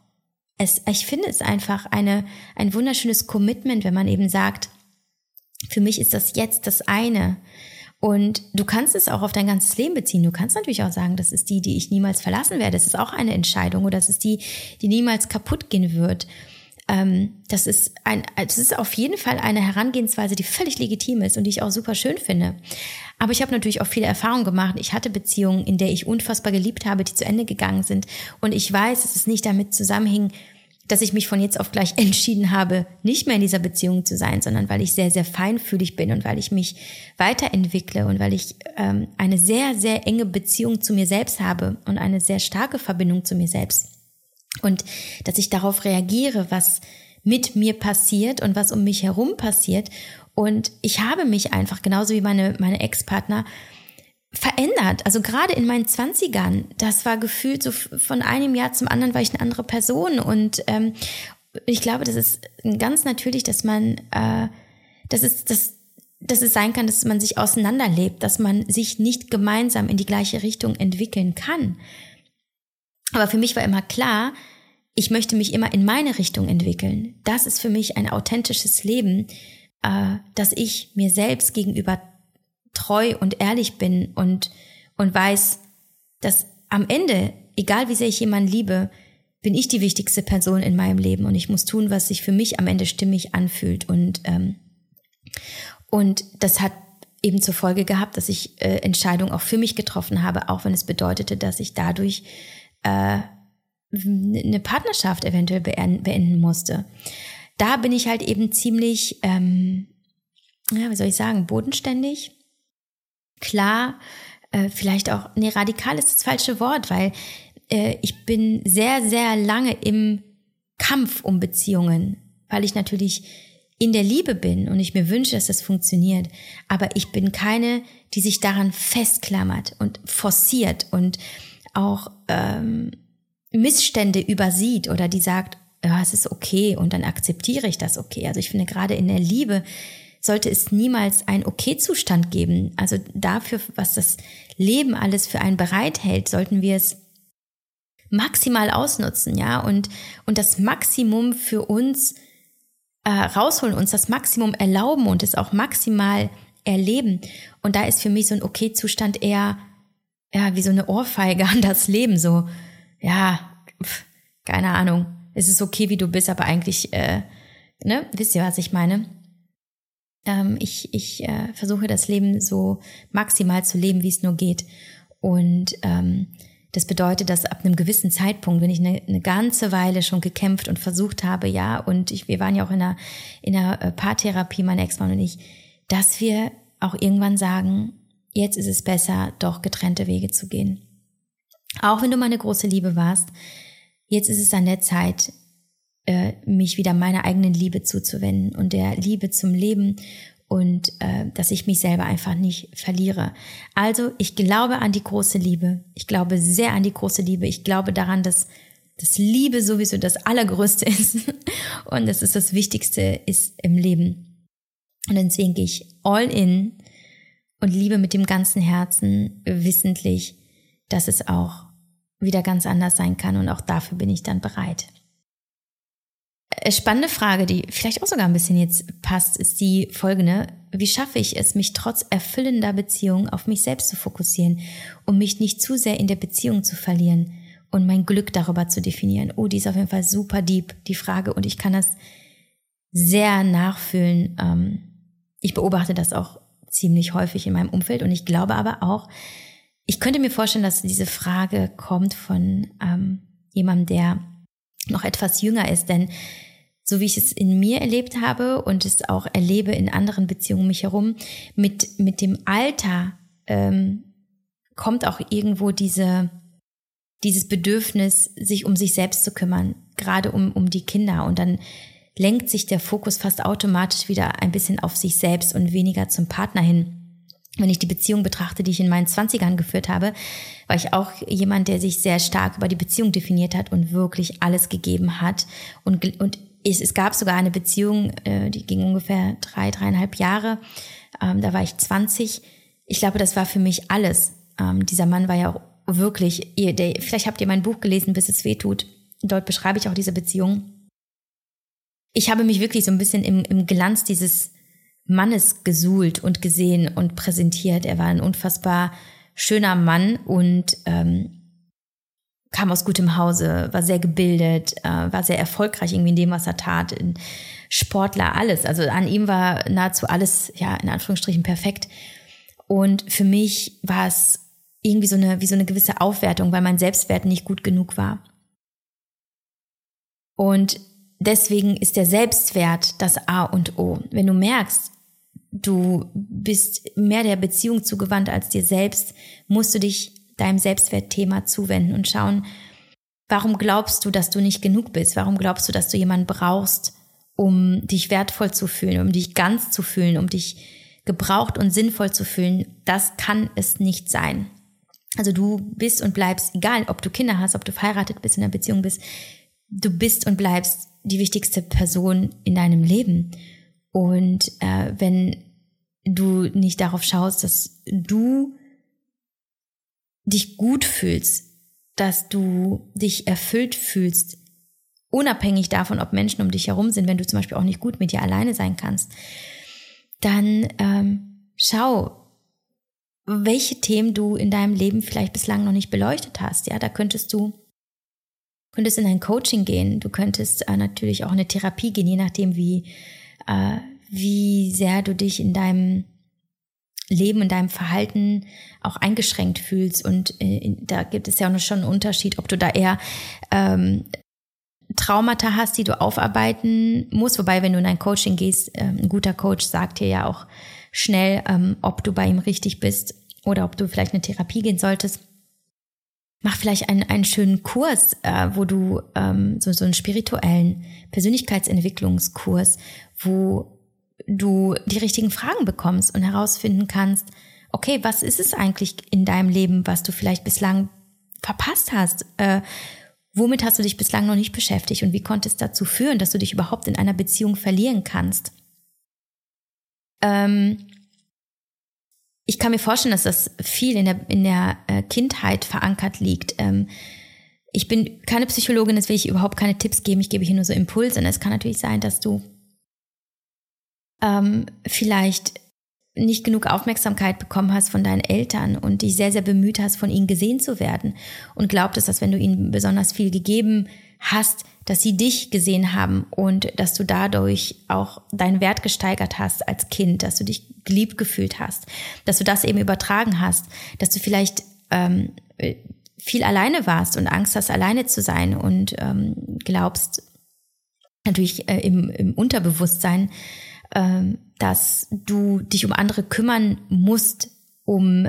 es einfach ein wunderschönes Commitment, wenn man eben sagt, für mich ist das jetzt das eine. Und du kannst es auch auf dein ganzes Leben beziehen. Du kannst natürlich auch sagen, das ist die ich niemals verlassen werde. Das ist auch eine Entscheidung oder das ist die niemals kaputt gehen wird. Das ist auf jeden Fall eine Herangehensweise, die völlig legitim ist und die ich auch super schön finde. Aber ich habe natürlich auch viele Erfahrungen gemacht. Ich hatte Beziehungen, in der ich unfassbar geliebt habe, die zu Ende gegangen sind. Und ich weiß, dass es nicht damit zusammenhing, dass ich mich von jetzt auf gleich entschieden habe, nicht mehr in dieser Beziehung zu sein, sondern weil ich sehr, sehr feinfühlig bin und weil ich mich weiterentwickle und weil ich eine sehr, sehr enge Beziehung zu mir selbst habe und eine sehr starke Verbindung zu mir selbst. Und dass ich darauf reagiere, was mit mir passiert und was um mich herum passiert. Und ich habe mich einfach, genauso wie meine Ex-Partner, verändert. Also gerade in meinen 20ern, das war gefühlt so von einem Jahr zum anderen war ich eine andere Person und ich glaube, das ist ganz natürlich, dass man, dass es sein kann, dass man sich auseinanderlebt, dass man sich nicht gemeinsam in die gleiche Richtung entwickeln kann. Aber für mich war immer klar, ich möchte mich immer in meine Richtung entwickeln. Das ist für mich ein authentisches Leben, dass ich mir selbst gegenüber treu und ehrlich bin und weiß, dass am Ende, egal wie sehr ich jemanden liebe, bin ich die wichtigste Person in meinem Leben und ich muss tun, was sich für mich am Ende stimmig anfühlt. Und das hat eben zur Folge gehabt, dass ich Entscheidungen auch für mich getroffen habe, auch wenn es bedeutete, dass ich dadurch eine Partnerschaft eventuell beenden musste. Da bin ich halt eben ziemlich, wie soll ich sagen, bodenständig. Klar, vielleicht auch, radikal ist das falsche Wort, weil ich bin sehr, sehr lange im Kampf um Beziehungen, weil ich natürlich in der Liebe bin und ich mir wünsche, dass das funktioniert. Aber ich bin keine, die sich daran festklammert und forciert und auch Missstände übersieht oder die sagt, ja, es ist okay und dann akzeptiere ich das okay. Also ich finde, gerade in der Liebe sollte es niemals einen Okay-Zustand geben. Also dafür, was das Leben alles für einen bereithält, sollten wir es maximal ausnutzen, ja, und das Maximum für uns rausholen, uns das Maximum erlauben und es auch maximal erleben. Und da ist für mich so ein Okay-Zustand eher, wie so eine Ohrfeige an das Leben, so, keine Ahnung, es ist okay, wie du bist, aber eigentlich, wisst ihr, was ich meine? Ich versuche das Leben so maximal zu leben, wie es nur geht. Und das bedeutet, dass ab einem gewissen Zeitpunkt, wenn ich eine ganze Weile schon gekämpft und versucht habe, wir waren ja auch in einer Paartherapie, mein Ex-Mann und ich, dass wir auch irgendwann sagen, jetzt ist es besser, doch getrennte Wege zu gehen. Auch wenn du meine große Liebe warst, jetzt ist es an der Zeit, mich wieder meiner eigenen Liebe zuzuwenden und der Liebe zum Leben und dass ich mich selber einfach nicht verliere. Also ich glaube an die große Liebe. Ich glaube sehr an die große Liebe. Ich glaube daran, dass Liebe sowieso das Allergrößte ist und dass es das Wichtigste ist im Leben. Und deswegen gehe ich all in und liebe mit dem ganzen Herzen, wissentlich, dass es auch wieder ganz anders sein kann und auch dafür bin ich dann bereit. Spannende Frage, die vielleicht auch sogar ein bisschen jetzt passt, ist die folgende: Wie schaffe ich es, mich trotz erfüllender Beziehung auf mich selbst zu fokussieren, um mich nicht zu sehr in der Beziehung zu verlieren und mein Glück darüber zu definieren? Oh, die ist auf jeden Fall super deep, die Frage, und ich kann das sehr nachfühlen. Ich beobachte das auch ziemlich häufig in meinem Umfeld und ich glaube aber auch, ich könnte mir vorstellen, dass diese Frage kommt von jemandem, der noch etwas jünger ist, denn so wie ich es in mir erlebt habe und es auch erlebe in anderen Beziehungen um mich herum, mit dem Alter kommt auch irgendwo dieses Bedürfnis, sich um sich selbst zu kümmern, gerade um die Kinder, und dann lenkt sich der Fokus fast automatisch wieder ein bisschen auf sich selbst und weniger zum Partner hin. Wenn ich die Beziehung betrachte, die ich in meinen 20ern geführt habe, war ich auch jemand, der sich sehr stark über die Beziehung definiert hat und wirklich alles gegeben hat. Und es gab sogar eine Beziehung, die ging ungefähr 3,5 Jahre. Da war ich 20. Ich glaube, das war für mich alles. Dieser Mann war ja auch wirklich, vielleicht habt ihr mein Buch gelesen, Bis es weh tut. Dort beschreibe ich auch diese Beziehung. Ich habe mich wirklich so ein bisschen im Glanz dieses Mannes gesuhlt und gesehen und präsentiert. Er war ein unfassbar schöner Mann und kam aus gutem Hause, war sehr gebildet, war sehr erfolgreich irgendwie in dem, was er tat, Sportler, alles. Also an ihm war nahezu alles, ja, in Anführungsstrichen perfekt. Und für mich war es irgendwie wie so eine gewisse Aufwertung, weil mein Selbstwert nicht gut genug war. Und deswegen ist der Selbstwert das A und O. Wenn du merkst, du bist mehr der Beziehung zugewandt als dir selbst, musst du dich deinem Selbstwertthema zuwenden und schauen, warum glaubst du, dass du nicht genug bist? Warum glaubst du, dass du jemanden brauchst, um dich wertvoll zu fühlen, um dich ganz zu fühlen, um dich gebraucht und sinnvoll zu fühlen? Das kann es nicht sein. Also du bist und bleibst, egal ob du Kinder hast, ob du verheiratet bist, in einer Beziehung bist, du bist und bleibst die wichtigste Person in deinem Leben. Und wenn du nicht darauf schaust, dass du dich gut fühlst, dass du dich erfüllt fühlst, unabhängig davon, ob Menschen um dich herum sind, wenn du zum Beispiel auch nicht gut mit dir alleine sein kannst, dann schau, welche Themen du in deinem Leben vielleicht bislang noch nicht beleuchtet hast. Ja, da könntest in ein Coaching gehen, du könntest natürlich auch in eine Therapie gehen, je nachdem, wie sehr du dich in deinem Leben, in deinem Verhalten auch eingeschränkt fühlst. Und da gibt es ja auch schon einen Unterschied, ob du da eher Traumata hast, die du aufarbeiten musst. Wobei, wenn du in ein Coaching gehst, ein guter Coach sagt dir ja auch schnell, ob du bei ihm richtig bist oder ob du vielleicht eine Therapie gehen solltest. Mach vielleicht einen schönen Kurs, wo du so einen spirituellen Persönlichkeitsentwicklungskurs, wo du die richtigen Fragen bekommst und herausfinden kannst, okay, was ist es eigentlich in deinem Leben, was du vielleicht bislang verpasst hast? Womit hast du dich bislang noch nicht beschäftigt und wie konnte es dazu führen, dass du dich überhaupt in einer Beziehung verlieren kannst? Ich kann mir vorstellen, dass das viel in der Kindheit verankert liegt. Ich bin keine Psychologin, deswegen will ich überhaupt keine Tipps geben. Ich gebe hier nur so Impulse. Und es kann natürlich sein, dass du vielleicht nicht genug Aufmerksamkeit bekommen hast von deinen Eltern und dich sehr, sehr bemüht hast, von ihnen gesehen zu werden und glaubtest, dass wenn du ihnen besonders viel gegeben hast, dass sie dich gesehen haben und dass du dadurch auch deinen Wert gesteigert hast als Kind, dass du dich geliebt gefühlt hast, dass du das eben übertragen hast, dass du vielleicht viel alleine warst und Angst hast, alleine zu sein und glaubst natürlich im Unterbewusstsein, dass du dich um andere kümmern musst, um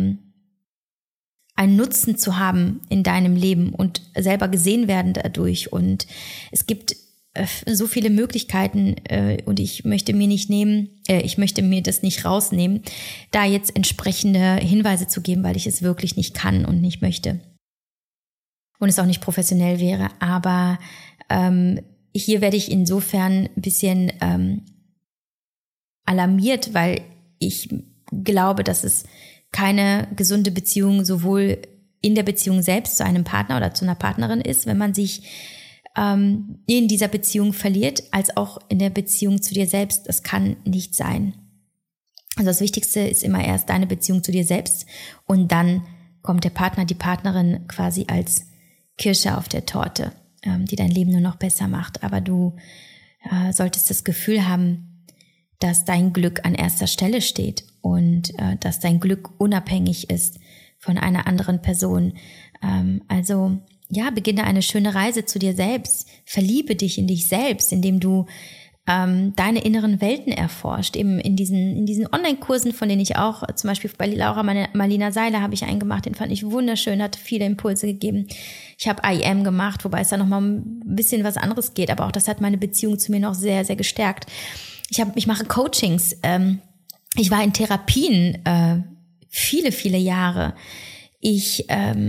einen Nutzen zu haben in deinem Leben und selber gesehen werden dadurch. Und es gibt so viele Möglichkeiten und ich möchte mir das nicht rausnehmen, da jetzt entsprechende Hinweise zu geben, weil ich es wirklich nicht kann und nicht möchte. Und es auch nicht professionell wäre. Aber hier werde ich insofern ein bisschen alarmiert, weil ich glaube, dass es keine gesunde Beziehung sowohl in der Beziehung selbst zu einem Partner oder zu einer Partnerin ist, wenn man sich in dieser Beziehung verliert, als auch in der Beziehung zu dir selbst. Das kann nicht sein. Also das Wichtigste ist immer erst deine Beziehung zu dir selbst und dann kommt der Partner, die Partnerin quasi als Kirsche auf der Torte, die dein Leben nur noch besser macht. Aber du solltest das Gefühl haben, dass dein Glück an erster Stelle steht und dass dein Glück unabhängig ist von einer anderen Person. Also beginne eine schöne Reise zu dir selbst. Verliebe dich in dich selbst, indem du deine inneren Welten erforscht. Eben in diesen Online-Kursen, von denen ich auch, zum Beispiel bei Laura Marlina Seiler habe ich einen gemacht, den fand ich wunderschön, hat viele Impulse gegeben. Ich habe IM gemacht, wobei es da nochmal ein bisschen was anderes geht, aber auch das hat meine Beziehung zu mir noch sehr, sehr gestärkt. Ich mache Coachings. Ich war in Therapien viele, viele Jahre. Ich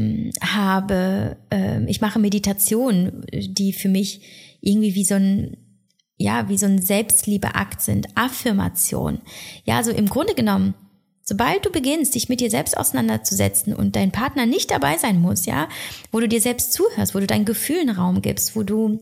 mache Meditationen, die für mich irgendwie wie so ein Selbstliebeakt sind, Affirmation. Ja, so im Grunde genommen, sobald du beginnst, dich mit dir selbst auseinanderzusetzen und dein Partner nicht dabei sein muss, ja, wo du dir selbst zuhörst, wo du deinen Gefühlen Raum gibst, wo du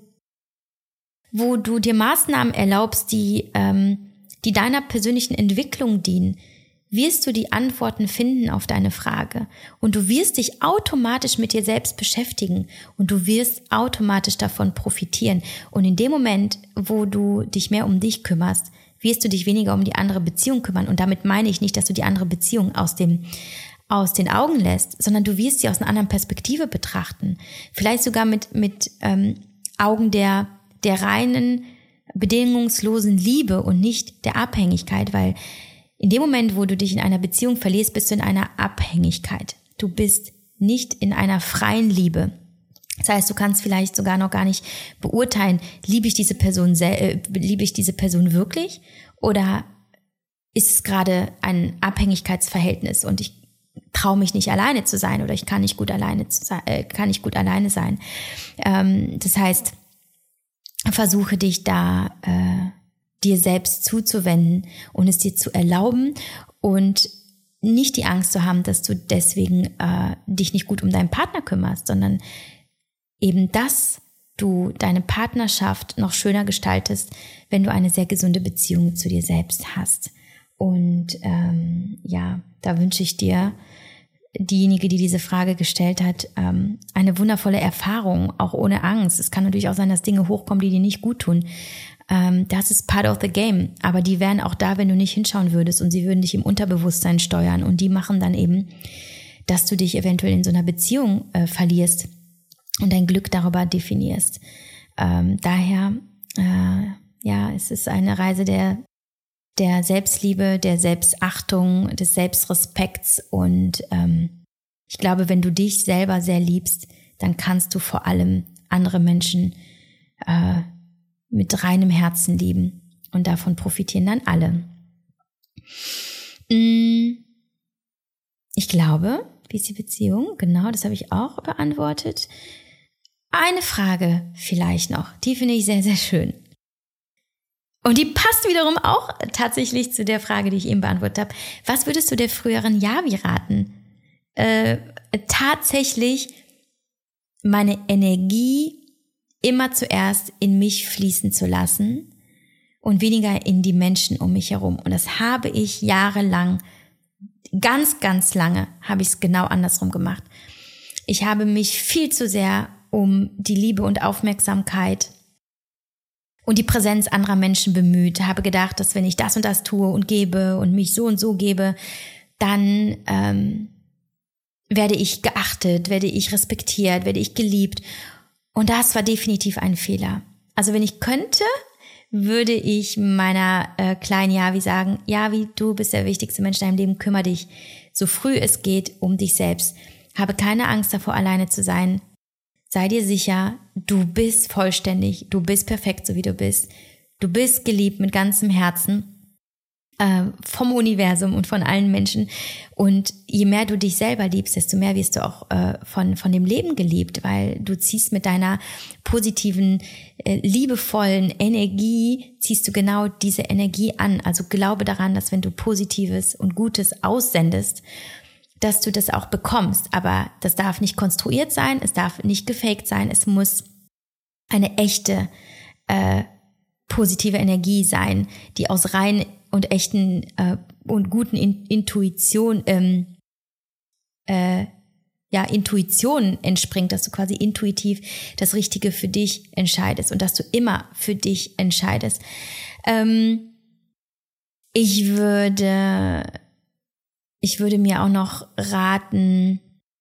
dir Maßnahmen erlaubst, die deiner persönlichen Entwicklung dienen, wirst du die Antworten finden auf deine Frage und du wirst dich automatisch mit dir selbst beschäftigen und du wirst automatisch davon profitieren. Und in dem Moment, wo du dich mehr um dich kümmerst, wirst du dich weniger um die andere Beziehung kümmern. Und damit meine ich nicht, dass du die andere Beziehung aus den Augen lässt, sondern du wirst sie aus einer anderen Perspektive betrachten. Vielleicht sogar mit Augen der reinen, bedingungslosen Liebe und nicht der Abhängigkeit, weil in dem Moment, wo du dich in einer Beziehung verlierst, bist du in einer Abhängigkeit. Du bist nicht in einer freien Liebe. Das heißt, du kannst vielleicht sogar noch gar nicht beurteilen, liebe ich diese Person wirklich oder ist es gerade ein Abhängigkeitsverhältnis und ich traue mich nicht alleine zu sein oder ich kann nicht gut alleine sein. Das heißt, versuche dich da dir selbst zuzuwenden und es dir zu erlauben und nicht die Angst zu haben, dass du deswegen dich nicht gut um deinen Partner kümmerst, sondern eben, dass du deine Partnerschaft noch schöner gestaltest, wenn du eine sehr gesunde Beziehung zu dir selbst hast. Und da wünsche ich dir, diejenige, die diese Frage gestellt hat, eine wundervolle Erfahrung, auch ohne Angst. Es kann natürlich auch sein, dass Dinge hochkommen, die dir nicht gut tun. Das ist part of the game, aber die wären auch da, wenn du nicht hinschauen würdest und sie würden dich im Unterbewusstsein steuern und die machen dann eben, dass du dich eventuell in so einer Beziehung verlierst und dein Glück darüber definierst. Daher, es ist eine Reise der Selbstliebe, der Selbstachtung, des Selbstrespekts und ich glaube, wenn du dich selber sehr liebst, dann kannst du vor allem andere Menschen mit reinem Herzen lieben und davon profitieren dann alle. Ich glaube, wie ist die Beziehung? Genau, das habe ich auch beantwortet. Eine Frage vielleicht noch, die finde ich sehr, sehr schön. Und die passt wiederum auch tatsächlich zu der Frage, die ich eben beantwortet habe. Was würdest du der früheren Yavi raten? Tatsächlich meine Energie immer zuerst in mich fließen zu lassen und weniger in die Menschen um mich herum. Und das habe ich jahrelang, ganz, ganz lange, habe ich es genau andersrum gemacht. Ich habe mich viel zu sehr um die Liebe und Aufmerksamkeit und die Präsenz anderer Menschen bemüht, habe gedacht, dass wenn ich das und das tue und gebe und mich so und so gebe, dann werde ich geachtet, werde ich respektiert, werde ich geliebt. Und das war definitiv ein Fehler. Also wenn ich könnte, würde ich meiner kleinen Yavi sagen, Yavi, du bist der wichtigste Mensch in deinem Leben, kümmere dich so früh es geht um dich selbst. Habe keine Angst davor, alleine zu sein. sei dir sicher, du bist vollständig, du bist perfekt, so wie du bist. Du bist geliebt mit ganzem Herzen vom Universum und von allen Menschen. Und je mehr du dich selber liebst, desto mehr wirst du auch von dem Leben geliebt, weil du ziehst mit deiner positiven, liebevollen Energie, ziehst du genau diese Energie an. Also glaube daran, dass wenn du Positives und Gutes aussendest, dass du das auch bekommst. Aber das darf nicht konstruiert sein, es darf nicht gefaked sein, es muss eine echte positive Energie sein, die aus rein und echten und guten Intuitionen entspringt, dass du quasi intuitiv das Richtige für dich entscheidest und dass du immer für dich entscheidest. Ich würde mir auch noch raten,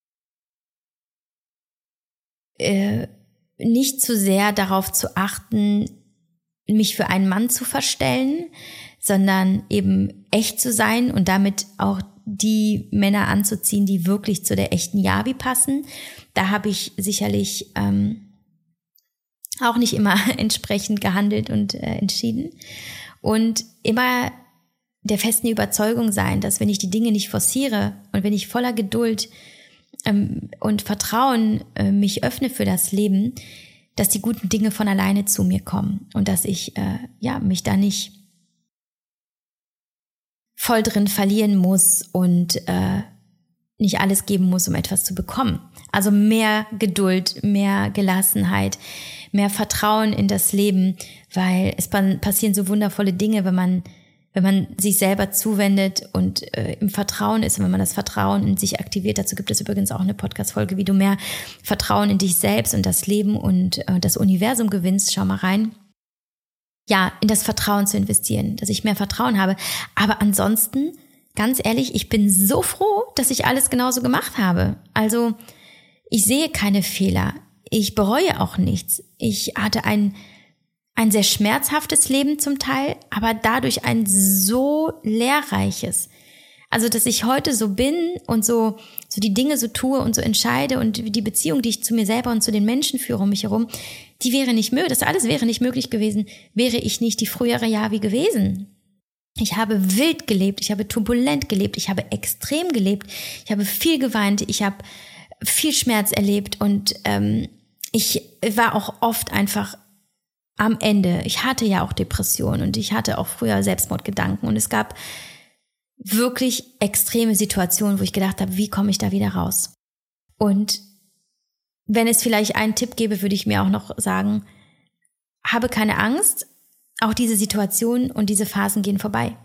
nicht zu sehr darauf zu achten, mich für einen Mann zu verstellen, sondern eben echt zu sein und damit auch die Männer anzuziehen, die wirklich zu der echten Yavi passen. Da habe ich sicherlich auch nicht immer entsprechend gehandelt und entschieden. Und immer der festen Überzeugung sein, dass wenn ich die Dinge nicht forciere und wenn ich voller Geduld und Vertrauen mich öffne für das Leben, dass die guten Dinge von alleine zu mir kommen und dass ich mich da nicht voll drin verlieren muss und nicht alles geben muss, um etwas zu bekommen. Also mehr Geduld, mehr Gelassenheit, mehr Vertrauen in das Leben, weil es passieren so wundervolle Dinge, wenn man sich selber zuwendet und im Vertrauen ist, und wenn man das Vertrauen in sich aktiviert. Dazu gibt es übrigens auch eine Podcast-Folge, wie du mehr Vertrauen in dich selbst und das Leben und das Universum gewinnst. Schau mal rein. Ja, in das Vertrauen zu investieren, dass ich mehr Vertrauen habe. Aber ansonsten, ganz ehrlich, ich bin so froh, dass ich alles genauso gemacht habe. Also ich sehe keine Fehler. Ich bereue auch nichts. Ich hatte ein sehr schmerzhaftes Leben zum Teil, aber dadurch ein so lehrreiches. Also, dass ich heute so bin und so die Dinge so tue und so entscheide und die Beziehung, die ich zu mir selber und zu den Menschen führe um mich herum, die wäre nicht möglich, das alles wäre nicht möglich gewesen, wäre ich nicht die frühere Yavi gewesen. Ich habe wild gelebt, ich habe turbulent gelebt, ich habe extrem gelebt, ich habe viel geweint, ich habe viel Schmerz erlebt und ich war auch oft einfach am Ende. Ich hatte ja auch Depressionen und ich hatte auch früher Selbstmordgedanken und es gab wirklich extreme Situationen, wo ich gedacht habe, wie komme ich da wieder raus? Und wenn es vielleicht einen Tipp gäbe, würde ich mir auch noch sagen, habe keine Angst, auch diese Situationen und diese Phasen gehen vorbei.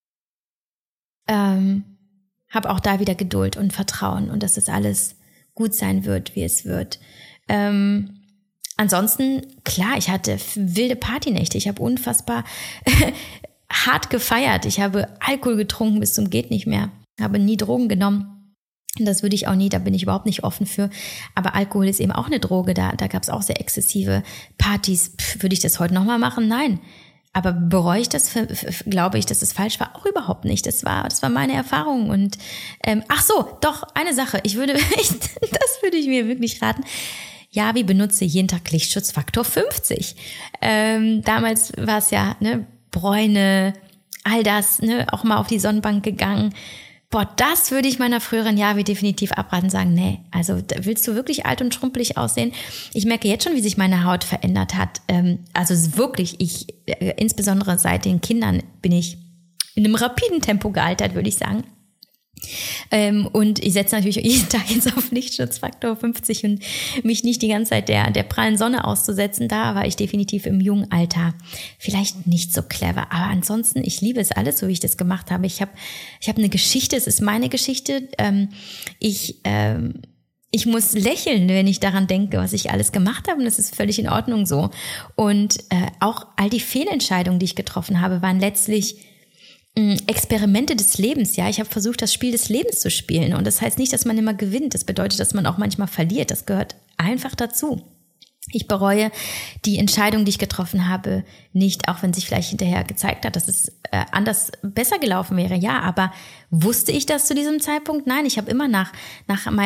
Hab auch da wieder Geduld und Vertrauen und dass das alles gut sein wird, wie es wird. Ansonsten, klar, ich hatte wilde Partynächte. Ich habe unfassbar hart gefeiert. Ich habe Alkohol getrunken bis zum geht nicht mehr. Habe nie Drogen genommen. Und das würde ich auch nie, da bin ich überhaupt nicht offen für. Aber Alkohol ist eben auch eine Droge. Da gab es auch sehr exzessive Partys. Würde ich das heute nochmal machen? Nein. Aber bereue ich das? Glaube ich, dass es falsch war? Auch überhaupt nicht. Das war meine Erfahrung. Und ach so, doch, eine Sache. Das würde ich mir wirklich raten. Yavi benutze jeden Tag Lichtschutzfaktor 50. Damals war es ja, Bräune, all das, auch mal auf die Sonnenbank gegangen. Boah, das würde ich meiner früheren Yavi definitiv abraten, sagen, nee, also willst du wirklich alt und schrumpelig aussehen? Ich merke jetzt schon, wie sich meine Haut verändert hat. Also wirklich, insbesondere seit den Kindern bin ich in einem rapiden Tempo gealtert, würde ich sagen. Und ich setze natürlich jeden Tag jetzt auf Lichtschutzfaktor 50 und mich nicht die ganze Zeit der prallen Sonne auszusetzen. Da war ich definitiv im jungen Alter vielleicht nicht so clever. Aber ansonsten, ich liebe es alles, so wie ich das gemacht habe. Ich habe eine Geschichte, es ist meine Geschichte. Ich muss lächeln, wenn ich daran denke, was ich alles gemacht habe. Und das ist völlig in Ordnung so. Und auch all die Fehlentscheidungen, die ich getroffen habe, waren letztlich Experimente des Lebens, ja. Ich habe versucht, das Spiel des Lebens zu spielen. Und das heißt nicht, dass man immer gewinnt. Das bedeutet, dass man auch manchmal verliert. Das gehört einfach dazu. Ich bereue die Entscheidung, die ich getroffen habe, nicht, auch wenn sich vielleicht hinterher gezeigt hat, dass es anders besser gelaufen wäre. Ja, aber wusste ich das zu diesem Zeitpunkt? Nein, ich habe immer nach meinem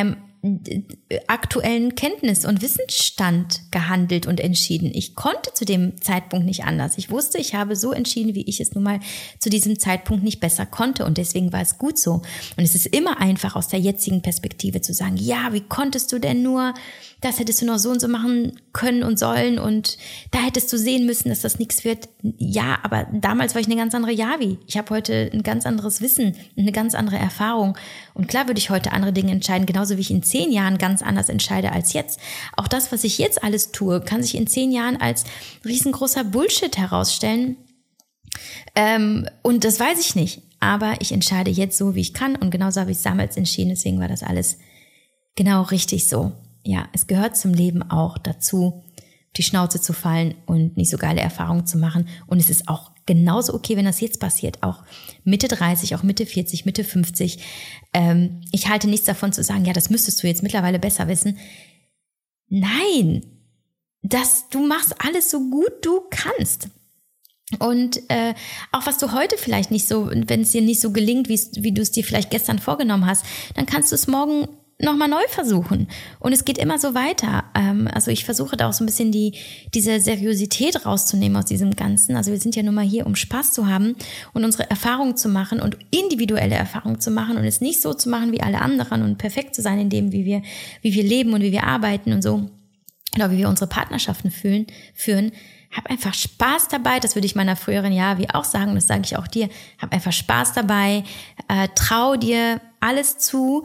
aktuellen Kenntnis und Wissensstand gehandelt und entschieden. Ich konnte zu dem Zeitpunkt nicht anders. Ich wusste, ich habe so entschieden, wie ich es nun mal zu diesem Zeitpunkt nicht besser konnte und deswegen war es gut so. Und es ist immer einfach aus der jetzigen Perspektive zu sagen, ja, wie konntest du denn nur, das hättest du noch so und so machen können und sollen und da hättest du sehen müssen, dass das nichts wird. Ja, aber damals war ich eine ganz andere Javi. Ich habe heute ein ganz anderes Wissen, eine ganz andere Erfahrung und klar würde ich heute andere Dinge entscheiden, genauso wie ich in 10 Jahren ganz anders entscheide als jetzt. Auch das, was ich jetzt alles tue, kann sich in 10 Jahren als riesengroßer Bullshit herausstellen. Und das weiß ich nicht. Aber ich entscheide jetzt so, wie ich kann. Und genauso habe ich es damals entschieden. Deswegen war das alles genau richtig so. Ja, es gehört zum Leben auch dazu, auf die Schnauze zu fallen und nicht so geile Erfahrungen zu machen. Und es ist auch genauso okay, wenn das jetzt passiert. Auch Mitte 30, auch Mitte 40, Mitte 50. Ich halte nichts davon zu sagen, ja, das müsstest du jetzt mittlerweile besser wissen. Nein, du machst alles so gut du kannst. Und auch was du heute vielleicht nicht so, wenn es dir nicht so gelingt, wie du es dir vielleicht gestern vorgenommen hast, dann kannst du es morgen nochmal neu versuchen. Und es geht immer so weiter. Also ich versuche da auch so ein bisschen diese Seriosität rauszunehmen aus diesem Ganzen. Also wir sind ja nun mal hier, um Spaß zu haben und unsere Erfahrungen zu machen und individuelle Erfahrungen zu machen und es nicht so zu machen wie alle anderen und perfekt zu sein in dem, wie wir leben und wie wir arbeiten und so. Oder wie wir unsere Partnerschaften führen. Hab einfach Spaß dabei, das würde ich meiner früheren Javi auch sagen, das sage ich auch dir, hab einfach Spaß dabei, trau dir alles zu,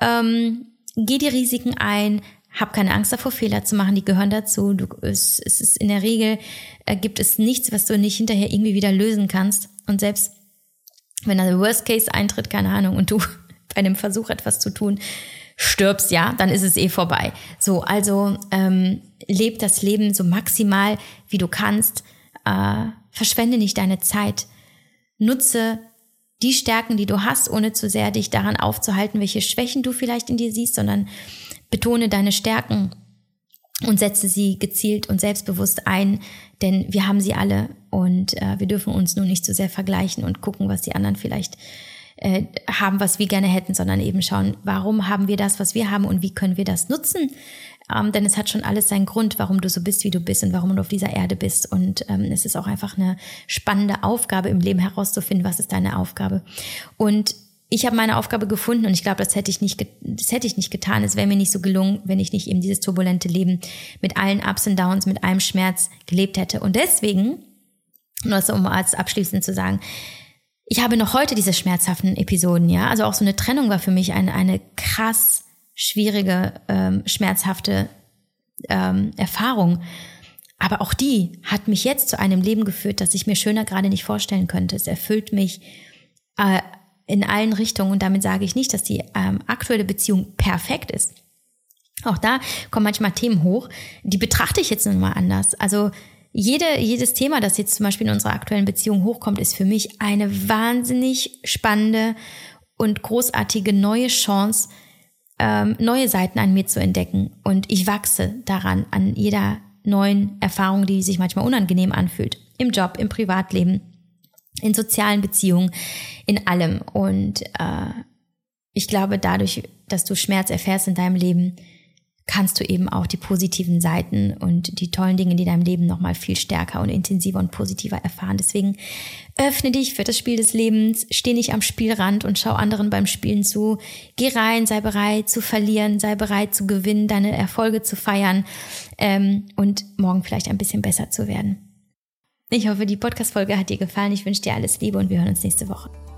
geh die Risiken ein, hab keine Angst davor, Fehler zu machen, die gehören dazu. Es ist in der Regel, gibt es nichts, was du nicht hinterher irgendwie wieder lösen kannst. Und selbst wenn der Worst Case eintritt, keine Ahnung, und du bei einem Versuch etwas zu tun stirbst, ja, dann ist es vorbei. So, also leb das Leben so maximal, wie du kannst. Verschwende nicht deine Zeit. Nutze die Stärken, die du hast, ohne zu sehr dich daran aufzuhalten, welche Schwächen du vielleicht in dir siehst, sondern betone deine Stärken und setze sie gezielt und selbstbewusst ein, denn wir haben sie alle und wir dürfen uns nur nicht so sehr vergleichen und gucken, was die anderen vielleicht haben, was wir gerne hätten, sondern eben schauen, warum haben wir das, was wir haben und wie können wir das nutzen? Denn es hat schon alles seinen Grund, warum du so bist, wie du bist und warum du auf dieser Erde bist. Und es ist auch einfach eine spannende Aufgabe im Leben herauszufinden, was ist deine Aufgabe. Und ich habe meine Aufgabe gefunden und ich glaube, das hätte ich nicht getan. Es wäre mir nicht so gelungen, wenn ich nicht eben dieses turbulente Leben mit allen Ups und Downs, mit allem Schmerz gelebt hätte. Und deswegen, nur so um als abschließend zu sagen, ich habe noch heute diese schmerzhaften Episoden, ja. Also auch so eine Trennung war für mich eine krass schwierige, schmerzhafte Erfahrung. Aber auch die hat mich jetzt zu einem Leben geführt, das ich mir schöner gerade nicht vorstellen könnte. Es erfüllt mich in allen Richtungen und damit sage ich nicht, dass die aktuelle Beziehung perfekt ist. Auch da kommen manchmal Themen hoch, die betrachte ich jetzt nochmal anders. Also jedes Thema, das jetzt zum Beispiel in unserer aktuellen Beziehung hochkommt, ist für mich eine wahnsinnig spannende und großartige neue Chance, neue Seiten an mir zu entdecken. Und ich wachse daran, an jeder neuen Erfahrung, die sich manchmal unangenehm anfühlt. Im Job, im Privatleben, in sozialen Beziehungen, in allem. Und ich glaube, dadurch, dass du Schmerz erfährst in deinem Leben, kannst du eben auch die positiven Seiten und die tollen Dinge, die deinem Leben nochmal viel stärker und intensiver und positiver erfahren. Deswegen öffne dich für das Spiel des Lebens, steh nicht am Spielrand und schau anderen beim Spielen zu. Geh rein, sei bereit zu verlieren, sei bereit zu gewinnen, deine Erfolge zu feiern und morgen vielleicht ein bisschen besser zu werden. Ich hoffe, die Podcast-Folge hat dir gefallen. Ich wünsche dir alles Liebe und wir hören uns nächste Woche.